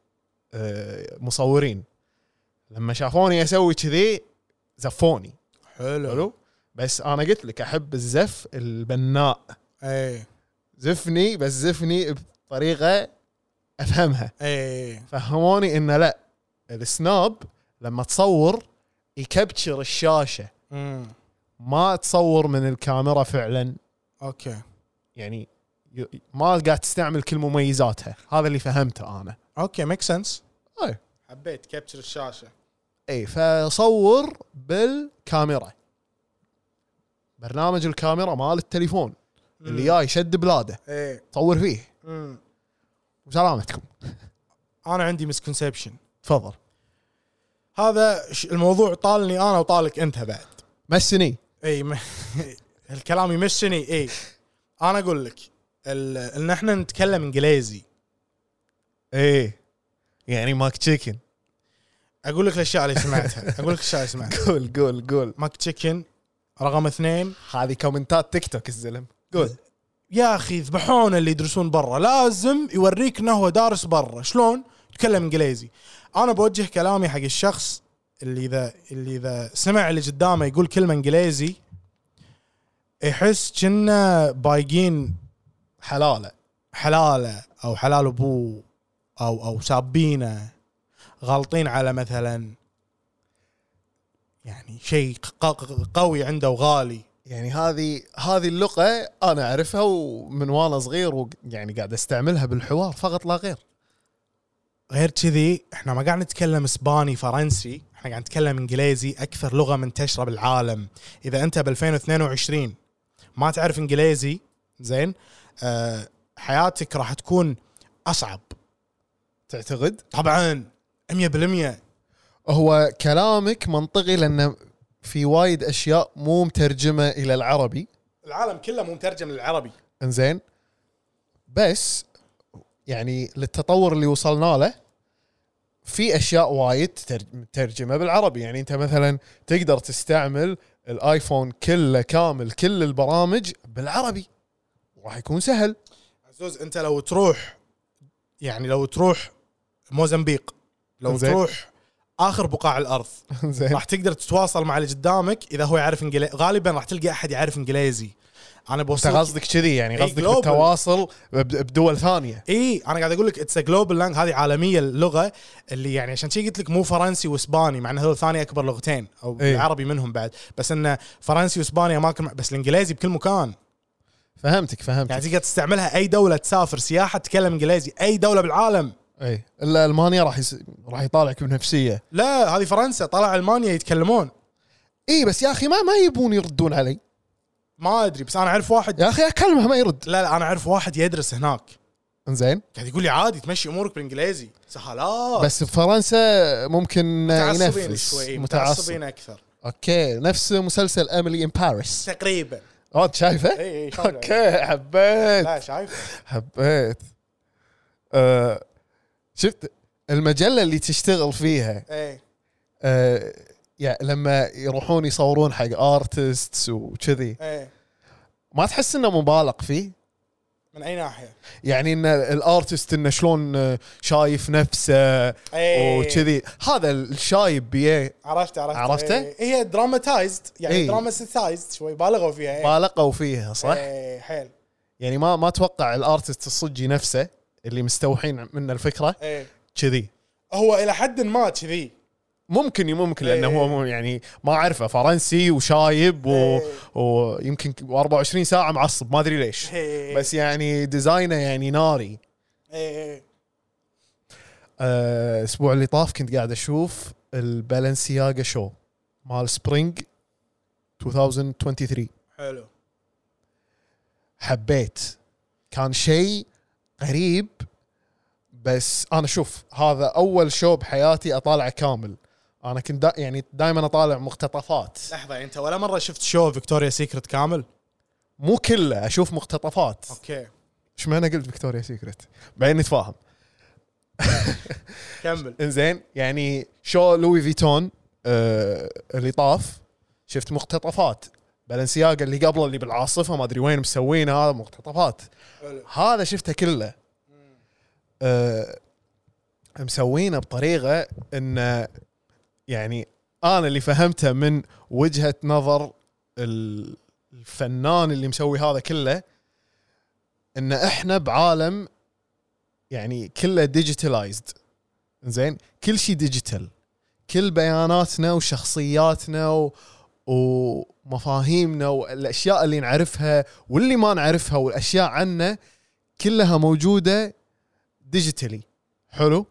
مصورين لما شافوني اسوي كذي زفوني. حلو بس انا قلت لك احب الزف البناء. اي زفني بس زفني بطريقه افهمها. اي فهموني انه لا السناب لما تصور يكبتشر الشاشه ما تصور من الكاميرا فعلا. اوكي يعني ما قاعد تستعمل كل مميزاتها. هذا اللي فهمته انا. اوكي ميك سنس. اي حبيت كابتشر الشاشه. اي فصور بالكاميرا برنامج الكاميرا مال التليفون اللي جاي شد بلاده صور فيه. وسلامتكم. انا عندي مسكونسبشن. تفضل. هذا الموضوع طالني انا وطالك انت بعد. مسني. اي الكلام يمشني. اي انا اقول لك ان احنا نتكلم انجليزي. ايه يعني ماك تشيكن. اقول لك الاشياء اللي سمعتها قول ماك تشيكن رقم 2. هذه كومنتات تيك توك الزلم. قول يا اخي يذبحون اللي يدرسون برا، لازم يوريك انه هو دارس برا شلون يتكلم انجليزي. انا بوجه كلامي حق الشخص اللي اذا سمع اللي قدامه يقول كلمه انجليزي يحس كنا بايقين حلاله او حلال ابوه او سابينه، غالطين على مثلا يعني شيء قوي عنده وغالي. يعني هذه اللغة أنا أعرفها ومن وأنا صغير ويعني قاعد أستعملها بالحوار فقط لا غير. غير كذي احنا ما قاعد نتكلم اسباني فرنسي، احنا قاعد نتكلم انجليزي، اكثر لغة منتشرة بالعالم. اذا انت ب2022 ما تعرف انجليزي زين، حياتك راح تكون اصعب. تعتقد؟ طبعا 100%. هو كلامك منطقي لأنه في وايد أشياء مو مترجمة إلى العربي. العالم كله مو مترجم للعربي. إنزين، بس يعني للتطور اللي وصلنا له في أشياء وايد ترجمة بالعربي. يعني أنت مثلا تقدر تستعمل الآيفون كله كامل كل البرامج بالعربي راح يكون سهل. عزوز أنت لو تروح موزمبيق، لو تروح آخر بقاع الأرض راح تقدر تتواصل مع اللي قدامك إذا هو يعرف إنجليزي. غالبا راح تلقى أحد يعرف إنجليزي. أنا بوصل قصدك كذي، يعني قصدك بالتواصل بدول ثانية. أنا قاعد أقول لك اتس جلوبال لانج، هذه عالمية اللغة اللي يعني عشان شي قلت لك مو فرنسي وإسباني، مع إنه هذول ثاني أكبر لغتين أو العربي منهم بعد، بس إنه فرنسي وإسباني أماكن، بس الإنجليزي بكل مكان. فهمتك يعني تقدر تستعملها أي دولة تسافر سياحة تتكلم إنجليزي، أي دولة بالعالم. إلا ألمانيا راح يطالعك بنفسية. لا هذه فرنسا، طلع ألمانيا يتكلمون. بس يا أخي ما يبون يردون علي. ما أدري، بس أنا أعرف واحد يا أخي أكلمه ما يرد. لا أنا أعرف واحد يدرس هناك. إنزين، قاعد يقول لي عادي تمشي أمورك بالإنجليزي سهلات. بس بفرنسا ممكن ينفس متعصبين أكثر. أوكي، نفس مسلسل أميلي إن باريس تقريبا. شايفه؟ أوكي حبيت. لا شايفه حبيت. شفت المجلة اللي تشتغل فيها؟ يعني لما يروحون يصورون حق ارتستس وكذي، ما تحس انه مبالغ فيه؟ من اي ناحيه؟ يعني ان الارتست انه شلون شايف نفسه وكذي، هذا الشايب بيه. عرفته؟ هي دراماتايزد، يعني دراماتايزد شوي، بالغوا فيها. صح؟ حيل. يعني ما اتوقع الارتست الصجي نفسه اللي مستوحين من الفكره كذي. هو الى حد ما كذي ممكن لانه هو يعني ما اعرفه فرنسي وشايب ويمكن 24 ساعه معصب، ما ادري ليش، بس يعني ديزاينه يعني ناري. الاسبوع اللي طاف كنت قاعد اشوف البالنسياغا شو مال سبرينج 2023. حلو، حبيت، كان شيء غريب. بس انا شوف هذا اول شو بحياتي اطالعه كامل. انا كنت يعني دائما اطالع مقتطفات. لحظه، انت ولا مره شفت شو فيكتوريا سيكرت كامل؟ مو كله، اشوف مقتطفات. اوكي، ايش معنى قلت فيكتوريا سيكرت؟ بعدين نتفاهم. كمل. انزين، يعني شو لوي فيتون اللي طاف شفت مقتطفات. بالنسياغا اللي قبله اللي بالعاصفه ما ادري وين مسوينه، هذا مقتطفات. هذا شفته كله مسوينه بطريقه ان يعني انا اللي فهمته من وجهة نظر الفنان اللي مسوي هذا كله، ان احنا بعالم يعني كله ديجيتالايزد. زين، كل شيء ديجيتال، كل بياناتنا وشخصياتنا ومفاهيمنا والاشياء اللي نعرفها واللي ما نعرفها والاشياء عنا كلها موجودة ديجيتالي. حلو.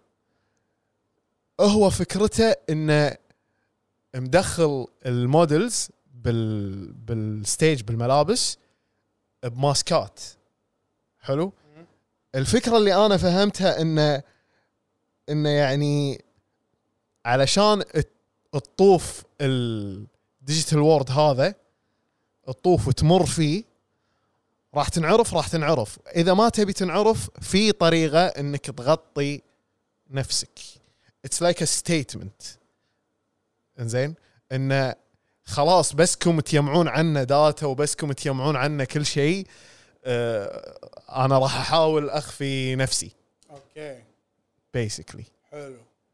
هو فكرته انه مدخل المودلز بالستيج بالملابس بماسكات. حلو. الفكرة اللي انا فهمتها انه يعني علشان الطوف الديجيتال وورد هذا، الطوف وتمر فيه، راح تنعرف. اذا ما تبي تنعرف، في طريقة انك تغطي نفسك، it's like a statement. إنزين إنه خلاص بسكم تجمعون عنا داتا وبسكم تجمعون عنا كل شيء، أنا راح أحاول أخفي نفسي. أوكي. basically. حلو.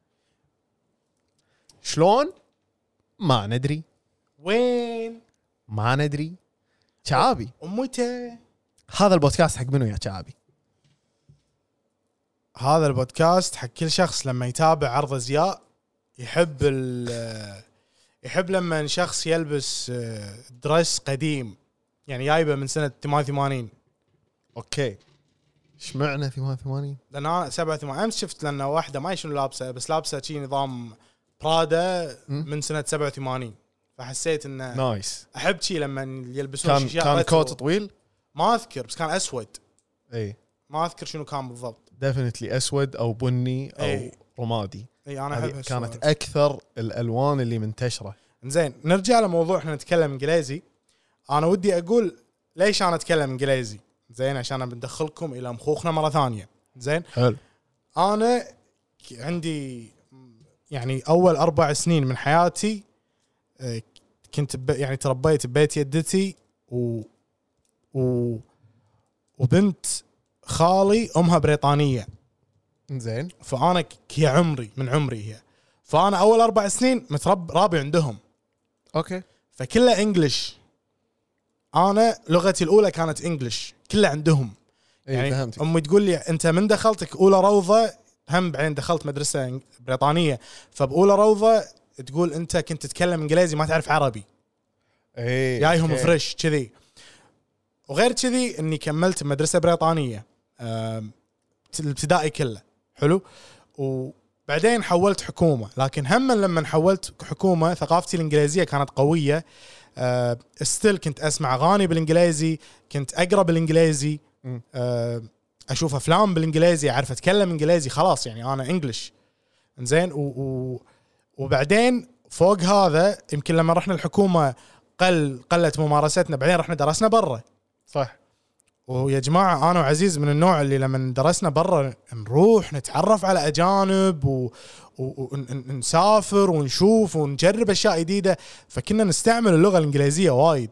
شلون؟ ما ندري. وين؟ ما ندري. شعابي. ومتى؟ هذا البودكاست حق منو يا شعابي؟ هذا البودكاست حق كل شخص لما يتابع عرض أزياء يحب لما شخص يلبس درس قديم، يعني جايبه من سنة 88. اوكي. ايش معنى 88؟ لان انا 87 امس شفت لنا واحده ما شنو لابسه، بس لابسه شيء نظام برادا من سنه 87، فحسيت انه نايس. احب شيء لما يلبسون شيء كان كوت طويل، ما اذكر بس كان اسود. اي ما اذكر شنو كان بالضبط. ديفينتلي اسود او بني او أي. رمادي. اي انا احب كانت اكثر الالوان اللي منتشره. زين نرجع لموضوع احنا نتكلم انجليزي. انا ودي اقول ليش انا اتكلم انجليزي، زين عشان بندخلكم الى مخوخنا مره ثانيه. زين حلو. انا عندي يعني اول 4 سنين من حياتي كنت يعني تربيت ببيت يدتي وبنت خالي امها بريطانيه. زين. فانا هي عمري من عمري هي، فانا اول 4 سنين رابي عندهم. اوكي. فكله انجلش، انا لغتي الاولى كانت انجلش كلها عندهم. يعني فهمتك. امي تقول لي انت من دخلتك اولى روضه، هم بعدين دخلت مدرسه بريطانيه، فباولى روضه تقول انت كنت تتكلم انجليزي ما تعرف عربي. اي جايهم فريش كذي. وغير كذي اني كملت مدرسه بريطانيه الابتدائي كله. حلو. وبعدين حولت حكومه، لكن هم لما حولت حكومه ثقافتي الانجليزيه كانت قويه. استيل كنت اسمع اغاني بالانجليزي، كنت اقرا بالانجليزي، اشوف افلام بالانجليزي، اعرف اتكلم انجليزي، خلاص يعني انا انجلش. زين. وبعدين فوق هذا يمكن لما رحنا الحكومه قلت ممارستنا، بعدين رحنا درسنا برا. صح. ويا جماعه انا وعزيز من النوع اللي لما درسنا برا نروح نتعرف على اجانب ونسافر ونشوف ونجرب اشياء جديده، فكنا نستعمل اللغه الانجليزيه وايد.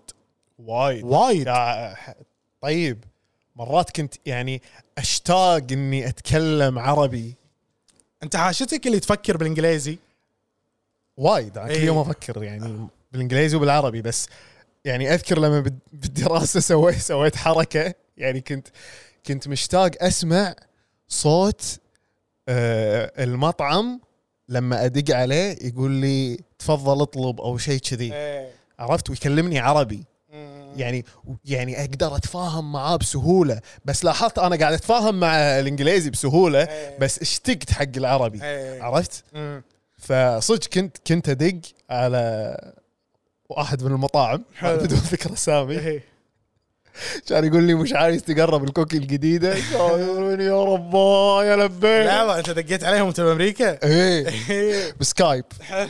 طيب مرات كنت يعني اشتاق اني اتكلم عربي. انت حاشتك اللي تفكر بالانجليزي وايد. كل يوم افكر يعني بالانجليزي وبالعربي، بس يعني اذكر لما بالدراسه سويت حركه، يعني كنت مشتاق اسمع صوت المطعم لما ادق عليه يقول لي تفضل اطلب او شيء كذي. عرفت؟ ويكلمني عربي، يعني اقدر اتفاهم معاه بسهوله. بس لاحظت انا قاعد اتفاهم مع الانجليزي بسهوله، بس اشتقت حق العربي. عرفت؟ فصدق كنت ادق على واحد من المطاعم بدون ذكر اسامي، كان يقول لي مش عايز تقرب الكوكي الجديده. يا ربا يا لبيك. لا انت دقيت عليهم انت بامريكا؟ ايه بسكايب.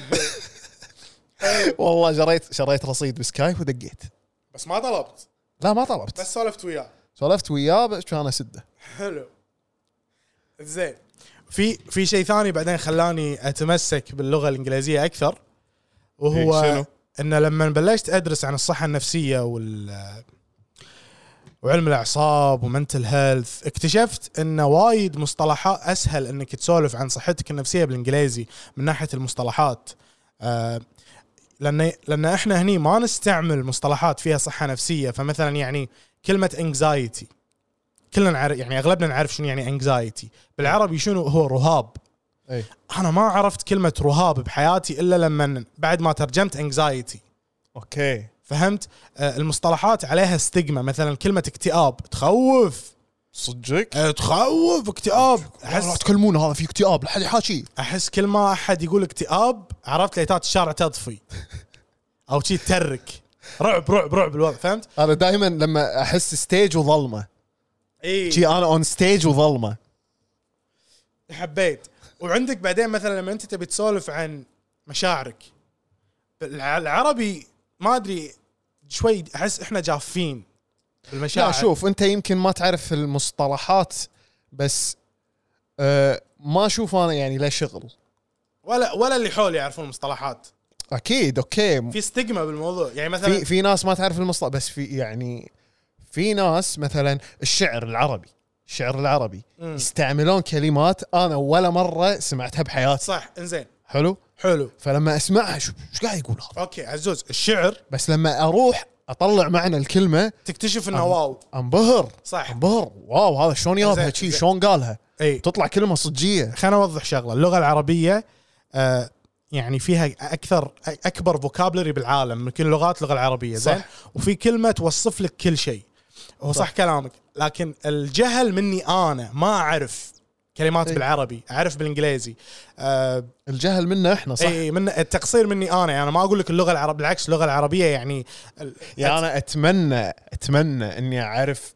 والله شريت رصيد بسكايب ودقيت، بس ما طلبت. لا ما طلبت، بس سولفت وياه بس كان اسده. حلو. زين. في شيء ثاني بعدين خلاني اتمسك باللغه الانجليزيه اكثر، وهو ان لما بلشت ادرس عن الصحه النفسيه وعلم الاعصاب ومنتل هيلث، اكتشفت ان وايد مصطلحات اسهل انك تسولف عن صحتك النفسيه بالانجليزي من ناحيه المصطلحات. لان احنا هني ما نستعمل مصطلحات فيها صحه نفسيه. فمثلا يعني كلمه anxiety كلنا نعرف، يعني اغلبنا نعرف شنو يعني anxiety بالعربي، شنو هو رهاب. أي. انا ما عرفت كلمه رهاب بحياتي الا لما بعد ما ترجمت anxiety. اوكي فهمت؟ المصطلحات عليها ستيغما. مثلا كلمه اكتئاب تخوف صدقك، تخوف اكتئاب. لا تكلمون هذا في اكتئاب لحد يحاكي. احس كل ما احد يقول اكتئاب عرفت ليتات الشارع تطفي او شيء ترك رعب الوضع. فهمت؟ انا دائما لما احس ستيج وظلمه شي انا اون ستيج وظلمه حبيت. وعندك بعدين مثلا لما انت تبي تسولف عن مشاعرك بالعربي ما ادري شوي احس احنا جافين بالمشاعر. لا شوف انت يمكن ما تعرف المصطلحات، بس ما اشوف انا يعني له شغل ولا اللي حولي يعرفون المصطلحات. اكيد اوكي، في ستيغما بالموضوع. يعني مثلا في ناس ما تعرف المصطلح، بس في ناس مثلا الشعر العربي يستعملون كلمات انا ولا مره سمعتها بحياتي. صح. انزين. حلو. فلما اسمعها شو قاعد يقول هذا؟ اوكي عزوز، الشعر بس لما اروح اطلع معنى الكلمه تكتشف انه واو. انبهر. صح. واو هذا شلون جابها شي، شلون قالها. تطلع كلمه صجيه. خلينا نوضح شغله. اللغه العربيه يعني فيها اكبر فوكابلري بالعالم من كل اللغات. اللغه العربيه زين، وفي كلمه توصف لك كل شيء. هو صح كلامك، لكن الجهل مني انا ما اعرف كلمات بالعربي، اعرف بالانجليزي. الجهل منا احنا. صح. اي من التقصير مني انا. يعني ما اقول لك اللغه العربيه، بالعكس اللغه العربيه يعني انا اتمنى اني اعرف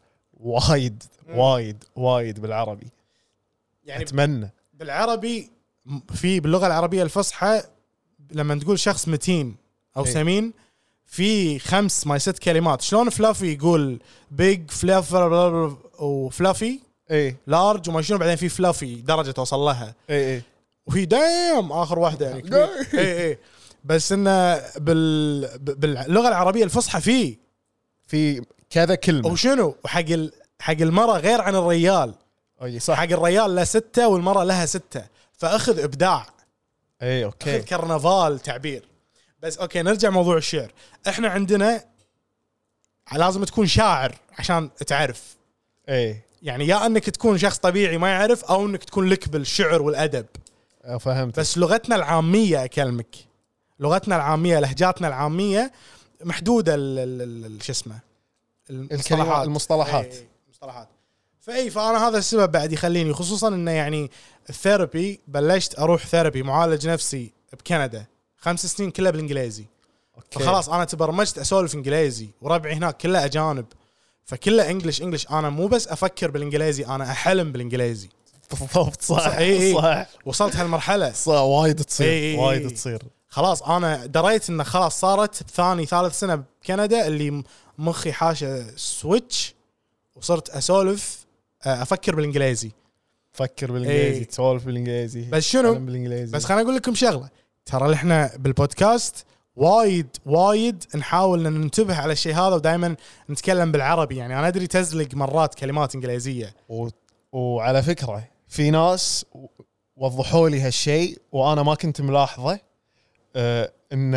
وايد بالعربي. يعني اتمنى بالعربي. باللغه العربيه الفصحى لما تقول شخص متين او سمين في 5 ما 6 كلمات. شلون فلافي يقول بيج فلافر وفلافي لارج وما شنو، بعدين في فلافي درجه توصل لها وفي دايم اخر واحده يعني بس انه باللغه العربيه الفصحى في كذا كلمه. وشنو حق المراه غير عن الرجال. صح. حق الرجال له 6 والمراه لها 6، فاخذ ابداع. اوكي. اخذ كرنفال تعبير. بس اوكي نرجع موضوع الشعر. احنا عندنا لازم تكون شاعر عشان تعرف. يعني يا انك تكون شخص طبيعي ما يعرف، او انك تكون لك بالشعر والادب. فهمت. بس لغتنا العاميه اكلمك، لغتنا العاميه، لهجاتنا العاميه محدوده شو اسمه المصطلحات. مصطلحات. فانا هذا السبب بعد يخليني، خصوصا انه يعني الثيرابي بلشت اروح ثيرابي معالج نفسي بكندا 5 سنين كلها بالانجليزي. فخلاص انا تبرمجت اسولف انجليزي، وربعي هناك كله اجانب فكله انجلش. انا مو بس افكر بالانجليزي، انا احلم بالانجليزي. بالضبط. صح. صح. وصلت هالمرحله. صح. وايد تصير. خلاص انا دريت انه خلاص صارت ثاني ثالث سنه بكندا اللي مخي حاشه سويتش، وصرت اسولف افكر بالانجليزي. تسولف بالانجليزي. بس شنو بالانجليزي. بس خليني اقول لكم شغله، ترى احنا بالبودكاست وايد نحاول ان ننتبه على الشيء هذا، ودائما نتكلم بالعربي. يعني انا ادري تزلق مرات كلمات انجليزيه، وعلى فكره في ناس وضحوا لي هالشيء وانا ما كنت ملاحظه. ان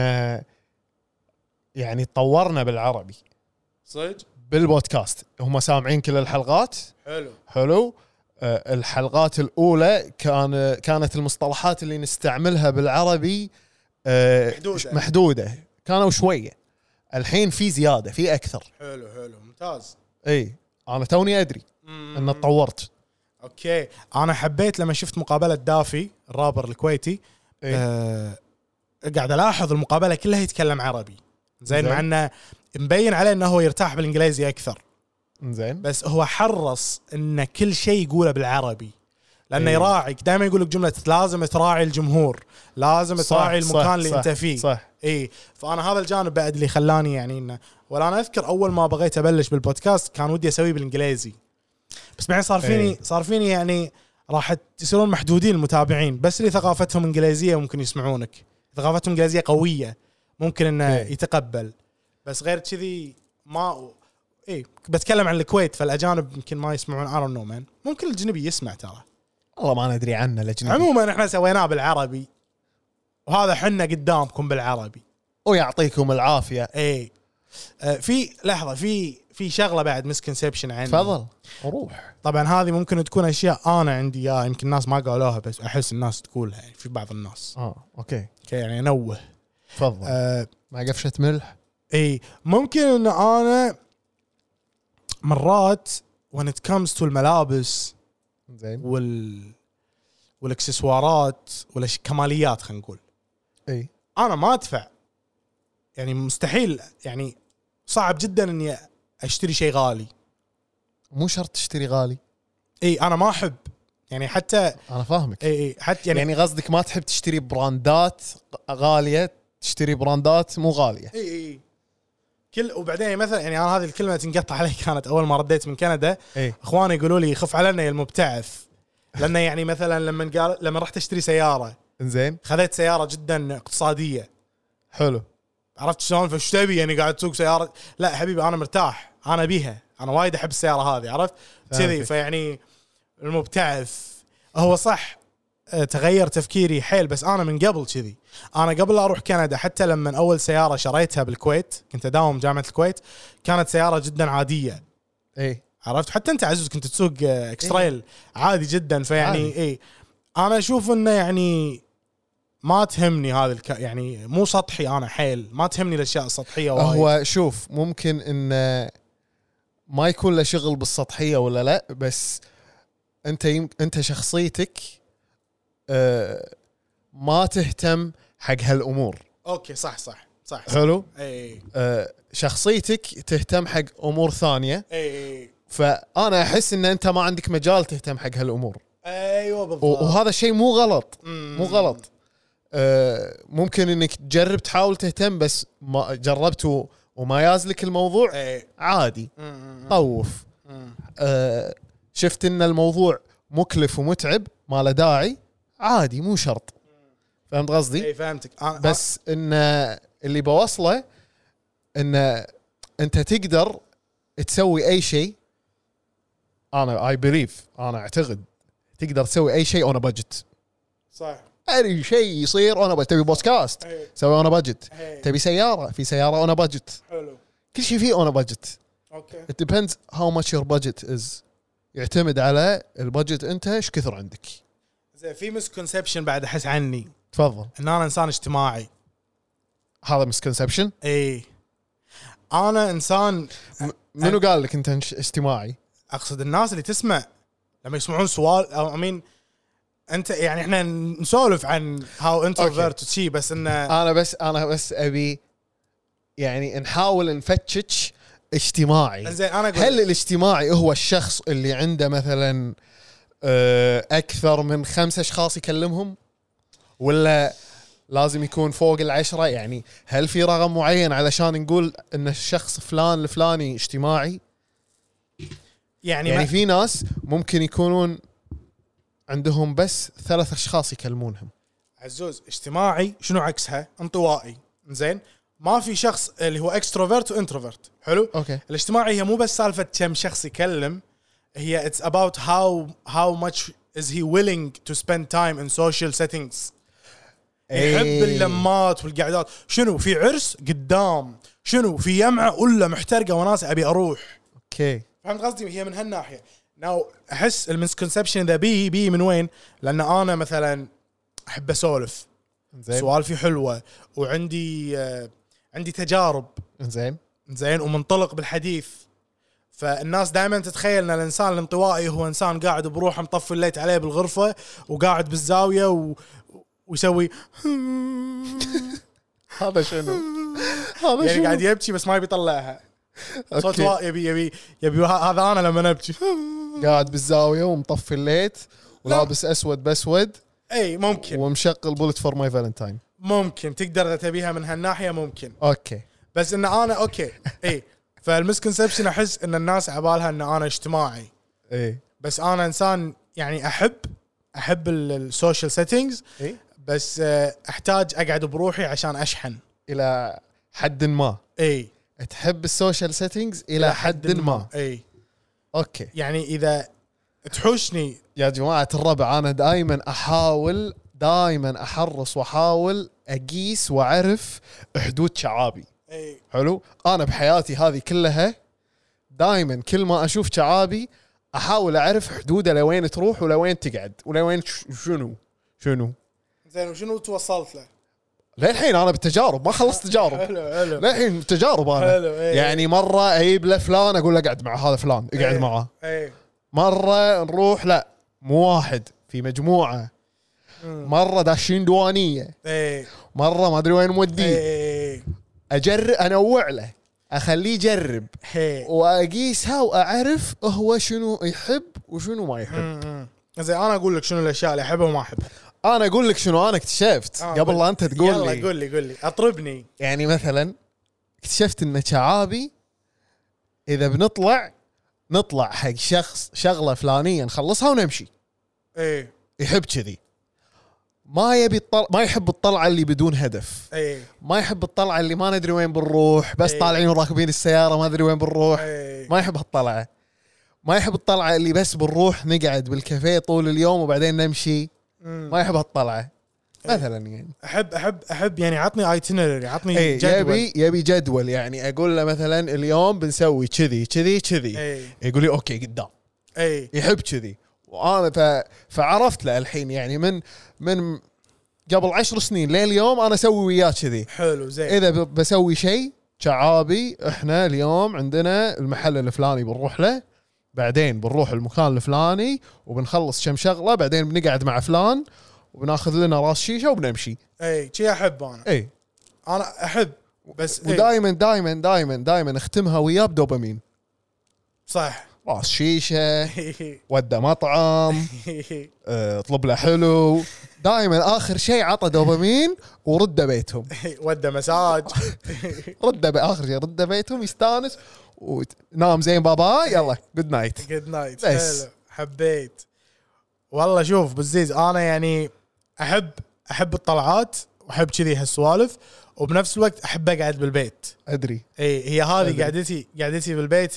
يعني تطورنا بالعربي صدق بالبودكاست. هم سامعين كل الحلقات. حلو. الحلقات الأولى كانت المصطلحات اللي نستعملها بالعربي محدودة كانوا شوية. الحين في زيادة، في أكثر. حلو ممتاز. أنا توني أدري أن تطورت. أوكي. أنا حبيت لما شفت مقابلة دافي الرابر الكويتي. قاعد ألاحظ المقابلة كلها يتكلم عربي زين، مع أنه مبين عليه أنه هو يرتاح بالإنجليزي أكثر. زين. بس هو حرص ان كل شيء يقوله بالعربي، لانه يراعيك. دائما يقول لك جمله لازم تراعي الجمهور، لازم تراعي المكان اللي انت فيه. صح. فانا هذا الجانب بعد اللي خلاني يعني انه، ولا انا اذكر اول ما بغيت ابلش بالبودكاست كان ودي اسويه بالانجليزي، بس بعدين صار فيني يعني راح يصيرون محدودين المتابعين، بس اللي ثقافتهم انجليزيه ممكن يسمعونك، ثقافتهم انجليزيه قويه ممكن انه يتقبل. بس غير كذي ما بتكلم عن الكويت، فالاجانب يمكن ما يسمعون. I don't know man. ممكن الجنبي يسمع ترى، والله ما ندري عنه الاجنبي. عموما احنا سويناه بالعربي، وهذا حنا قدامكم بالعربي، ويعطيكم العافيه. في لحظه، في شغله بعد مسكونسبشن عندي. تفضل روح. طبعا هذه ممكن تكون اشياء انا عندي يمكن الناس ما قالوها، بس احس الناس تقولها يعني في بعض الناس. اوكي يعني انوه. تفضل. مع قفشه ملح. ممكن ان انا مرات when it comes to الملابس زين والاكسسوارات كماليات خلينا نقول، انا ما ادفع، يعني مستحيل، يعني صعب جدا اني اشتري شيء غالي. مو شرط تشتري غالي. انا ما احب، يعني حتى انا فاهمك. حتى يعني قصدك ما تحب تشتري براندات غاليه، تشتري براندات مو غاليه. وبعدين مثلا يعني انا هذه الكلمه تنقطع علي كانت اول ما رديت من كندا. اخواني يقولوا لي خف علينا يا المبتعث، لانه يعني مثلا لما رحت اشتري سياره انزين خذيت سياره جدا اقتصاديه. حلو. عرفت شلون؟ فش تبي يعني قاعد تسوق سياره؟ لا حبيبي انا مرتاح، انا بيها، انا وايد احب السياره هذه، عرفت كذي. فيعني المبتعث هو صح تغير تفكيري حيل، بس انا من قبل كذي. انا قبل لا اروح كندا، حتى لما اول سياره شريتها بالكويت، كنت اداوم جامعه الكويت، كانت سياره جدا عاديه. اي عرفت؟ حتى انت عزوز كنت تسوق اكستريل عادي جدا. فيعني عادي. اي انا اشوف انه يعني ما تهمني هذا يعني مو سطحي، انا حيل ما تهمني الاشياء السطحيه وايد. هو شوف ممكن ان ما يكون له شغل بالسطحيه ولا لا، بس انت شخصيتك ما تهتم حق هالامور. اوكي صح. حلو. اي شخصيتك تهتم حق امور ثانيه. اي فانا احس ان انت ما عندك مجال تهتم حق هالامور. ايوه بالضبط. وهذا الشيء مو غلط. مو غلط. ممكن انك تجرب تحاول تهتم، بس ما جربت وما يازلك الموضوع. عادي طوف. شفت ان الموضوع مكلف ومتعب ما له داعي، عادي مو شرط. فهمت قصدي؟ اي فهمتك. بس ان اللي بوصله ان انت تقدر تسوي اي شيء. انا انا اعتقد تقدر تسوي اي شيء اون بادجت. صح. اي شيء يصير انا تبي بودكاست سوي اون بادجت، تبي سياره في سياره اون بادجت. حلو. كل شيء فيه اون بادجت. اوكي. it depends how much your budget is. يعتمد على البادجت انت ايش كثر عندك. زين في مسكونسبشن بعد احس عني، تفضل. ان انا انسان اجتماعي. هذا مسكونسبشن. اي انا انسان. منو قال لك انت اجتماعي؟ اقصد الناس اللي تسمع لما يسمعون سؤال او امين انت يعني احنا نسولف عن هاو انتروفيرت وشي، بس انه انا بس ابي يعني نحاول نفتش اجتماعي. زين انا هل الاجتماعي هو الشخص اللي عنده مثلا اكثر من 5 اشخاص يكلمهم، ولا لازم يكون فوق 10؟ يعني هل في رقم معين علشان نقول ان الشخص فلان الفلاني اجتماعي؟ يعني في ناس ممكن يكونون عندهم بس 3 اشخاص يكلمونهم. عزوز اجتماعي شنو عكسها؟ انطوائي. زين ما في شخص اللي هو اكستروفيرت وانتروفيرت. حلو. اوكي. الاجتماعي هي مو بس سالفه كم شخص يكلم، هي it's about how much is he willing to spend time in social settings. يحب اللمات والقعدات. شنو في عرس قدام، شنو في يمعة ولا محترقه وناس ابي اروح. اوكي فهمت قصدي؟ هي من هالناحيه. ناو احس المسكونسبشن ذا بي من وين؟ لان انا مثلا احب اسولف، سوالفي حلوه، وعندي عندي تجارب. زين ومنطلق بالحديث. فالناس دائما تتخيل ان الانسان الانطوائي هو انسان قاعد بروحه مطفي الليت عليه بالغرفه وقاعد بالزاويه ويسوي هذا شنو؟ يعني قاعد يبكي بس ما يبي يطلعها. صوت يبي هذا انا لما نبكي قاعد بالزاويه ومطفي الليت ولابس اسود باسود. اي ممكن. ومشغل بولت فور ماي فالنتاين. ممكن تقدر تبيها من هالناحيه ممكن. اوكي. بس ان انا اوكي اي فالمسكونسبشن احس ان الناس عبالها ان انا اجتماعي. اي بس انا انسان يعني احب السوشيال سيتنجز. بس احتاج اقعد بروحي عشان اشحن الى حد ما. اي تحب السوشيال سيتنجز الى حد ما. اي اوكي. يعني اذا تحوشني يا جماعه الربع، انا دائما احرص واحاول اقيس واعرف حدود شعابي. حلو. انا بحياتي هذه كلها دائما كل ما اشوف شعابي احاول اعرف حدوده لوين تروح ولوين تقعد ولوين شنو. زين وشنو توصلت له للحين؟ انا بالتجارب ما خلصت تجارب. حلو. للحين تجارب انا. حلو. يعني مره اجيب له فلان اقول له اقعد مع هذا فلان اقعد معه. مره نروح لا مو واحد في مجموعه. مره داشين دوانيه. مره ما ادري وين موديه. اجرب انوع له اخليه يجرب واقيسها واعرف هو شنو يحب وشنو ما يحب. زين انا اقول لك شنو الاشياء اللي احبها وما احبها. انا اقول لك شنو انا اكتشفت قبل لا انت تقول لي. يلا قول لي اطربني. يعني مثلا اكتشفت ان شعابي اذا نطلع حق شخص شغله فلانيه نخلصها ونمشي. ايه يحب كذي. ما يحب الطلعه اللي بدون هدف. ما يحب الطلعه اللي ما ندري وين بنروح، بس طالعين وراكبين السياره ما ادري وين بنروح. ما يحب هالطلعه. ما يحب الطلعه اللي بس بنروح نقعد بالكافيه طول اليوم وبعدين نمشي. ما يحب هالطلعه مثلا. يعني احب يعني عطني ايتينري، عطني جدول. يبي جدول. يعني اقول له مثلا اليوم بنسوي كذي كذي كذي، يقول لي اوكي قدام. يحب كذي. وانا فعرفت له الحين يعني من قبل 10 سنين لليوم انا اسوي وياه كذي. حلو زين. اذا بسوي شيء شعابي، احنا اليوم عندنا المحل الفلاني بنروح له، بعدين بنروح المكان الفلاني وبنخلص كم شغله، بعدين بنقعد مع فلان وبناخذ لنا راس شيشه وبنمشي. شي احب انا. انا احب بس ودائما دائما دائما دائما اختمها وياه بدوبامين. صح. راس شيشه، وده مطعم، اطلب له حلو. دائما اخر شيء عطى دوبامين ورده بيتهم. وده مساج. رده اخر شيء رده بيتهم يستانس ونام زين بابا. يلا جود نايت. جود نايت. حلو. حبيت والله. شوف بالزيز انا يعني احب الطلعات واحب كذي هالسوالف، وبنفس الوقت احب اقعد بالبيت. ادري. هي هذه قعدتي بالبيت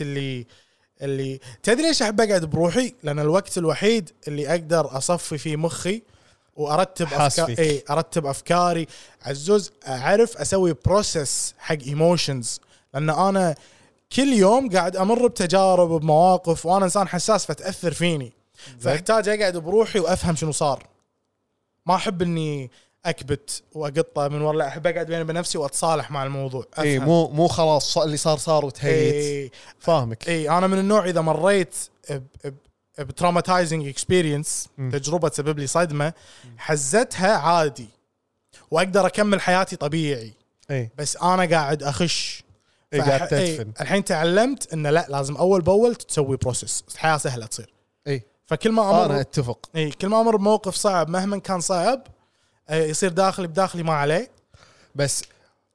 اللي تدري ليش احب اقعد بروحي؟ لان الوقت الوحيد اللي اقدر اصفي فيه مخي وارتب ارتب افكاري. عزوز اعرف اسوي بروسس حق ايموشنز، لان انا كل يوم قاعد امر بتجارب بمواقف، وانا انسان حساس فتاثر فيني، فاحتاج اقعد بروحي وافهم شنو صار. ما احب اني اكبت واقطه من ورا، احب اقعد بيني وبين نفسي واتصالح مع الموضوع. مو خلاص اللي صار وتهيت. فاهمك. انا من النوع اذا مريت بتراماتايزنج اكسبيرينس، تجربه تسبب لي صدمه، حزتها عادي واقدر اكمل حياتي طبيعي. بس انا قاعد اخش قاعد تدفن. الحين تعلمت انه لا، لازم اول باول تسوي بروسس، الحياه سهله تصير. فكل ما امر انا اتفق. كل ما امر بموقف صعب مهما كان صعب يصير داخلي بداخلي ما عليه. بس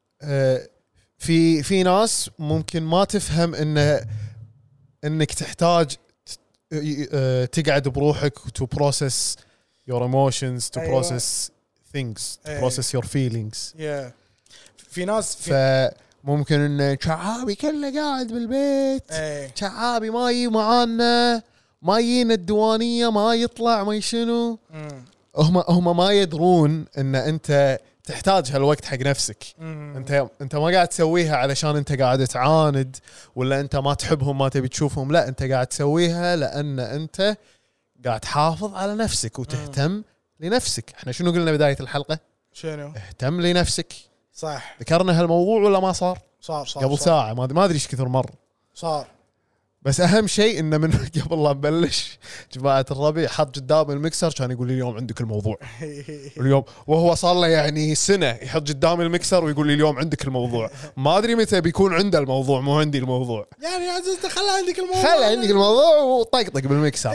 في ناس ممكن ما تفهم انك تحتاج تقعد بروحك to process your emotions, to process things, to process your feelings. في ناس فممكن ان شعابي كله قاعد بالبيت. شعابي ما يجي معانا، ما يجينا الديوانيه، ما يطلع، ما يشنو. هم ما يدرون ان انت تحتاج هالوقت حق نفسك. انت ما قاعد تسويها علشان انت قاعد تعاند ولا انت ما تحبهم ما تبي تشوفهم، لا انت قاعد تسويها لان انت قاعد تحافظ على نفسك وتهتم لنفسك. احنا شنو قلنا بداية الحلقة؟ شنو؟ اهتم لنفسك. صح. ذكرنا هالموضوع ولا ما صار قبل ساعة؟ ما ادري ايش كثر مر صار. بس اهم شيء انه من قبل لا نبلش جماعه الربيع حط قدام المكسر كان يقول لي اليوم عندك الموضوع. اليوم وهو صار له يعني سنه يحط قدام المكسر ويقول لي اليوم عندك الموضوع. ما ادري متى بيكون عنده الموضوع، مو عندي الموضوع. يعني يا عزيز خلى عندك الموضوع، خلى عندك الموضوع وطقطق بالمكسر.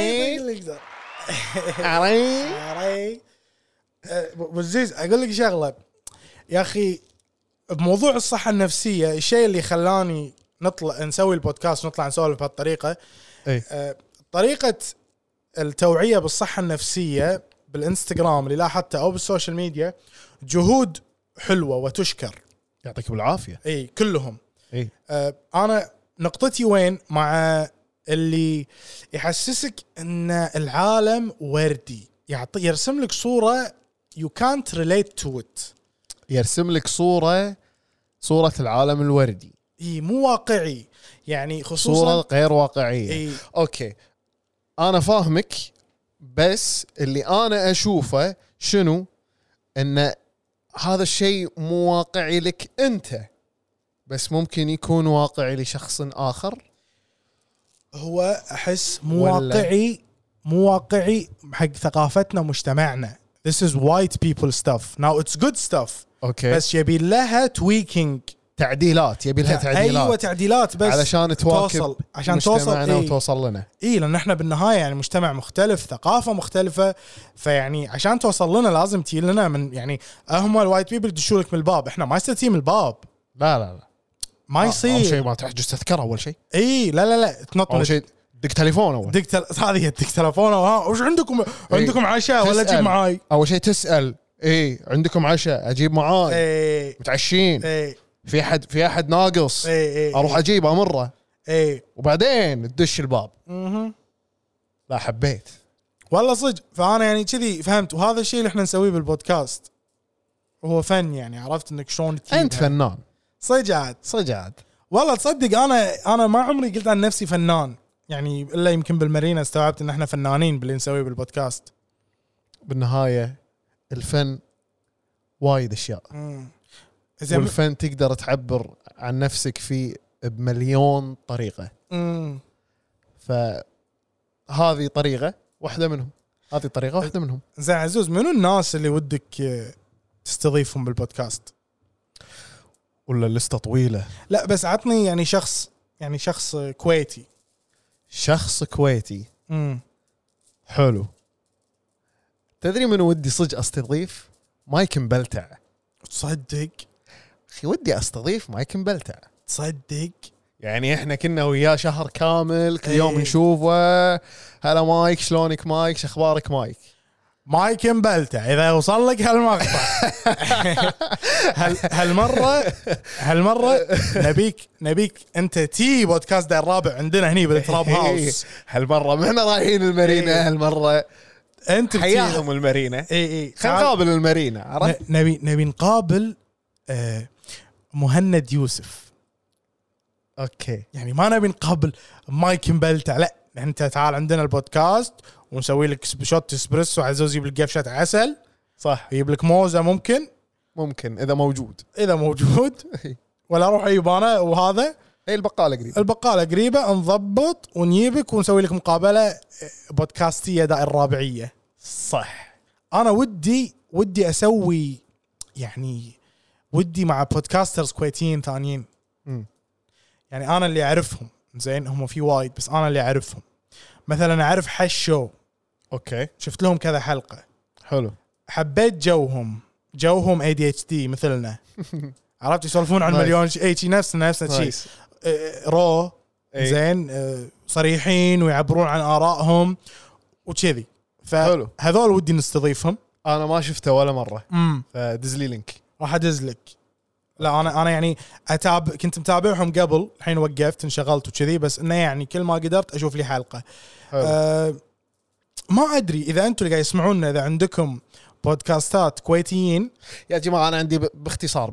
عري بزيز اقول لك شغله يا اخي بموضوع الصحه النفسيه. الشيء اللي خلاني نطلع نسوي البودكاست ونطلع نسولف بهالطريقه، طريقه التوعيه بالصحه النفسيه بالانستغرام اللي لاحظتها او بالسوشيال ميديا جهود حلوه وتشكر. يعطيك بالعافيه. كلهم. انا نقطتي وين مع اللي يحسسك ان العالم وردي، يرسم لك صوره you can't relate to it. يرسم لك صوره العالم الوردي. مو واقعي، يعني خصوصا صورة غير واقعية. اوكي انا فاهمك، بس اللي انا اشوفه شنو ان هذا الشيء مو واقعي لك انت، بس ممكن يكون واقعي لشخص اخر. هو احس مو واقعي حق ثقافتنا ومجتمعنا. This is white people stuff. Now it's good stuff. اوكي بس يبي لها tweaking، تعديلات. يبي لها تعديلات. ايوه تعديلات بس علشان تواكب عشان توصل وتوصل لنا. لان احنا بالنهايه يعني مجتمع مختلف، ثقافه مختلفه، فيعني عشان توصل لنا لازم تجي لنا من يعني هم الوايت بيبل يدشوا لك من الباب، احنا ما يستلزم الباب. لا ما يصير. اول شيء ما تحجز تذكره اول شيء. لا تنط اول شيء دق تليفون اول هذه دق تليفون وش عندكم عشاء ولا اجيب معاي؟ اول شيء تسال ايه عندكم عشاء اجيب معاي؟ متعشين؟ في احد ناقص؟ اروح اجيب امره. وبعدين تدش الباب. لا حبيت والله صدق. فانا يعني كذي فهمت. وهذا الشيء اللي احنا نسويه بالبودكاست هو فن. يعني عرفت انك شلون انت فنان صجعت والله. تصدق انا ما عمري قلت عن نفسي فنان يعني، الا يمكن بالمارينا استوعبت ان احنا فنانين باللي نسويه بالبودكاست. بالنهايه الفن وايد اشياء. والفن تقدر تعبر عن نفسك فيه بمليون طريقه. فهذه طريقه واحده منهم. زين عزوز، منو الناس اللي ودك تستضيفهم بالبودكاست؟ ولا لسته طويله؟ لا بس عطني يعني شخص كويتي. حلو. تدري من ودي صدق استضيف؟ مايك مبلتع. تصدق اخي ودي استضيف مايك مبلتع. تصدق يعني احنا كنا وياه شهر كامل كل يوم نشوفه. هلا مايك، شلونك مايك، شخبارك مايك مبلتع. اذا وصل لك هالمقطع هالمرة نبيك انت تي بودكاست داير الرابع عندنا هني بالتراب هاوس. هالمرة ما احنا رايحين المارينا. هالمرة انت حياهم المارينا. خلينا نقابل المارينا. عرفت؟ نبي نقابل مهند يوسف. اوكي يعني ما نبي نقابل مايك مبلتع، لا انت تعال عندنا البودكاست ونسوي لك شوت اسبريسو. عزوز يجيب لك قفشة عسل. صح. يجيب لك موزة ممكن اذا موجود ولا اروح اجيب انا وهذا. البقالة قريبة نضبط ونجيبك ونسوي لك مقابلة بودكاستية دائر الرابعية. صح. انا ودي اسوي يعني ودي مع بودكاسترز كويتيين ثانيين. يعني انا اللي اعرفهم زين، هم في وايد بس انا اللي اعرفهم. مثلا اعرف حش شو. اوكي شفت لهم كذا حلقة. حلو. حبيت جوهم ADHD مثلنا. عرفت يسولفون عن مليون شيء. نفسنا شيء رو زين صريحين ويعبرون عن آرائهم وكذي. فهذول ودي نستضيفهم. انا ما شفته ولا مرة. فدز لي لينك. راح ادز لك. لا انا يعني كنت متابعهم قبل، الحين وقفت انشغلت وكذي، بس انه يعني كل ما قدرت اشوف لي حلقة. ما ادري اذا انتم اللي قاعد يسمعونا اذا عندكم بودكاستات كويتيين يا جماعة. انا عندي باختصار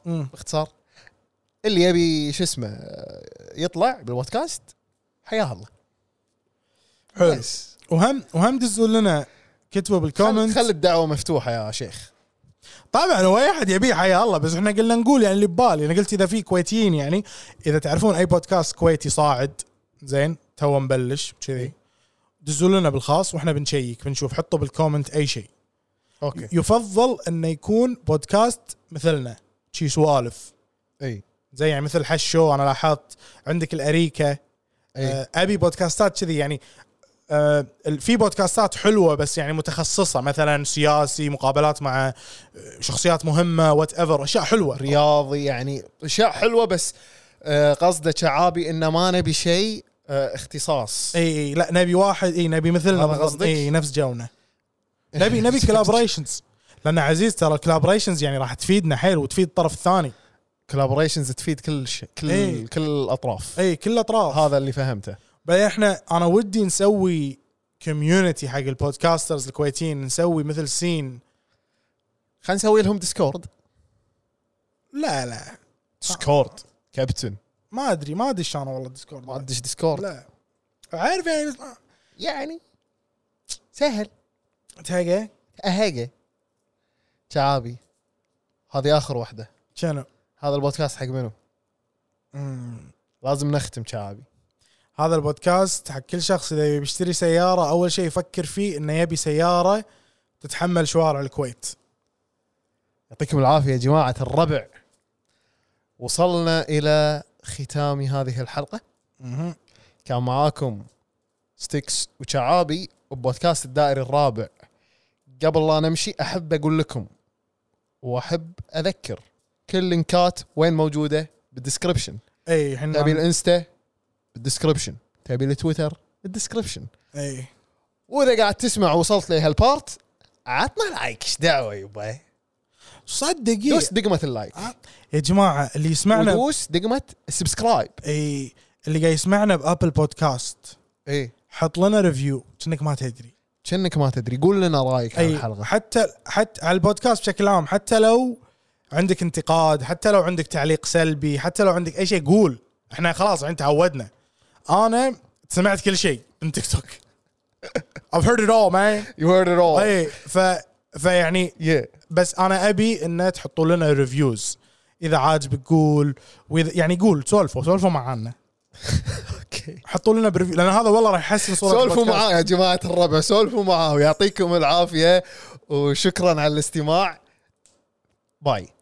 اللي يبي يطلع بالبودكاست حياه الله. حلو. وهم دزوا لنا كتبوا بالكومنت. خلي الدعوة مفتوحة يا شيخ. طبعا هو اي احد يبي حياه الله، بس احنا قلنا نقول يعني اللي ببالي. انا قلت اذا في كويتيين يعني اذا تعرفون اي بودكاست كويتي صاعد زين تو مبلش كذي دزوا لنا بالخاص واحنا بنشيك بنشوف. حطوا بالكومنت اي شيء. اوكي. يفضل انه يكون بودكاست مثلنا شي سوالف. زي يعني مثل حش شو. انا لاحظت عندك الاريكه. ابي بودكاستات كذي يعني. في بودكاستات حلوه بس يعني متخصصه، مثلا سياسي، مقابلات مع شخصيات مهمه، وات ايفر، اشياء حلوه، رياضي، يعني اشياء حلوه. بس قصده شعابي ان ما نبي شيء اختصاص. لا نبي واحد. نبي مثلنا. نفس جونا. نبي كولابوريشنز. لان عزيز ترى الكولابوريشنز يعني راح تفيدنا حيل وتفيد الطرف الثاني. كولابوريشنز تفيد كل شيء، كل الاطراف. كل الاطراف. هذا اللي فهمته. بل انا ودي نسوي كوميونتي حق البودكاسترز الكويتيين. نسوي مثل سين. خلينا نسوي لهم ديسكورد. لا ديسكورد كابتن. ما ادري شلون والله ديسكورد. ما ادش ديسكورد. لا عارف يعني سهل. تهقى شعابي. هذه اخر واحده. شنو هذا البودكاست حق منو؟ لازم نختم شعابي. هذا البودكاست حق كل شخص اذا بيشتري سياره اول شيء يفكر فيه انه يبي سياره تتحمل شوارع الكويت. يعطيكم العافيه يا جماعه الربع. وصلنا الى ختام هذه الحلقه. كان معاكم ستيكس وشعابي وبودكاست الدائري الرابع. قبل لا نمشي احب اقول لكم واحب اذكر كل لينكات وين موجوده بالديسكربشن. تبي الانستا بالديسكربشن، تبي التويتر بالديسكربشن. اي واذا قاعد تسمع وصلت لهالبارت عطنا لايك، ايش دعوه يبا، صدق دوس دقمه اللايك يا جماعه اللي يسمعنا، ودوس دقمه السبسكرايب. اي اللي قاعد يسمعنا بابل بودكاست اي حط لنا ريفيو كأنك ما تدري، قول لنا رايك على الحلقه، حتى على البودكاست بشكل عام، حتى لو عندك انتقاد، حتى لو عندك تعليق سلبي، حتى لو عندك اي شيء قول. احنا خلاص انت تعودنا، انا سمعت كل شيء من تيك توك. I've heard it all man. You heard it all. اي فيعني بس انا ابي ان تحطوا لنا ريفيوز اذا عاجبك قول، واذا يعني قول سولفوا معنا. اوكي حطوا لنا بريفيو، لان هذا والله راح يحسن صورة سولفوا معاه يا جماعه الربع، سولفوا معاه ويعطيكم العافيه، وشكرا على الاستماع. باي.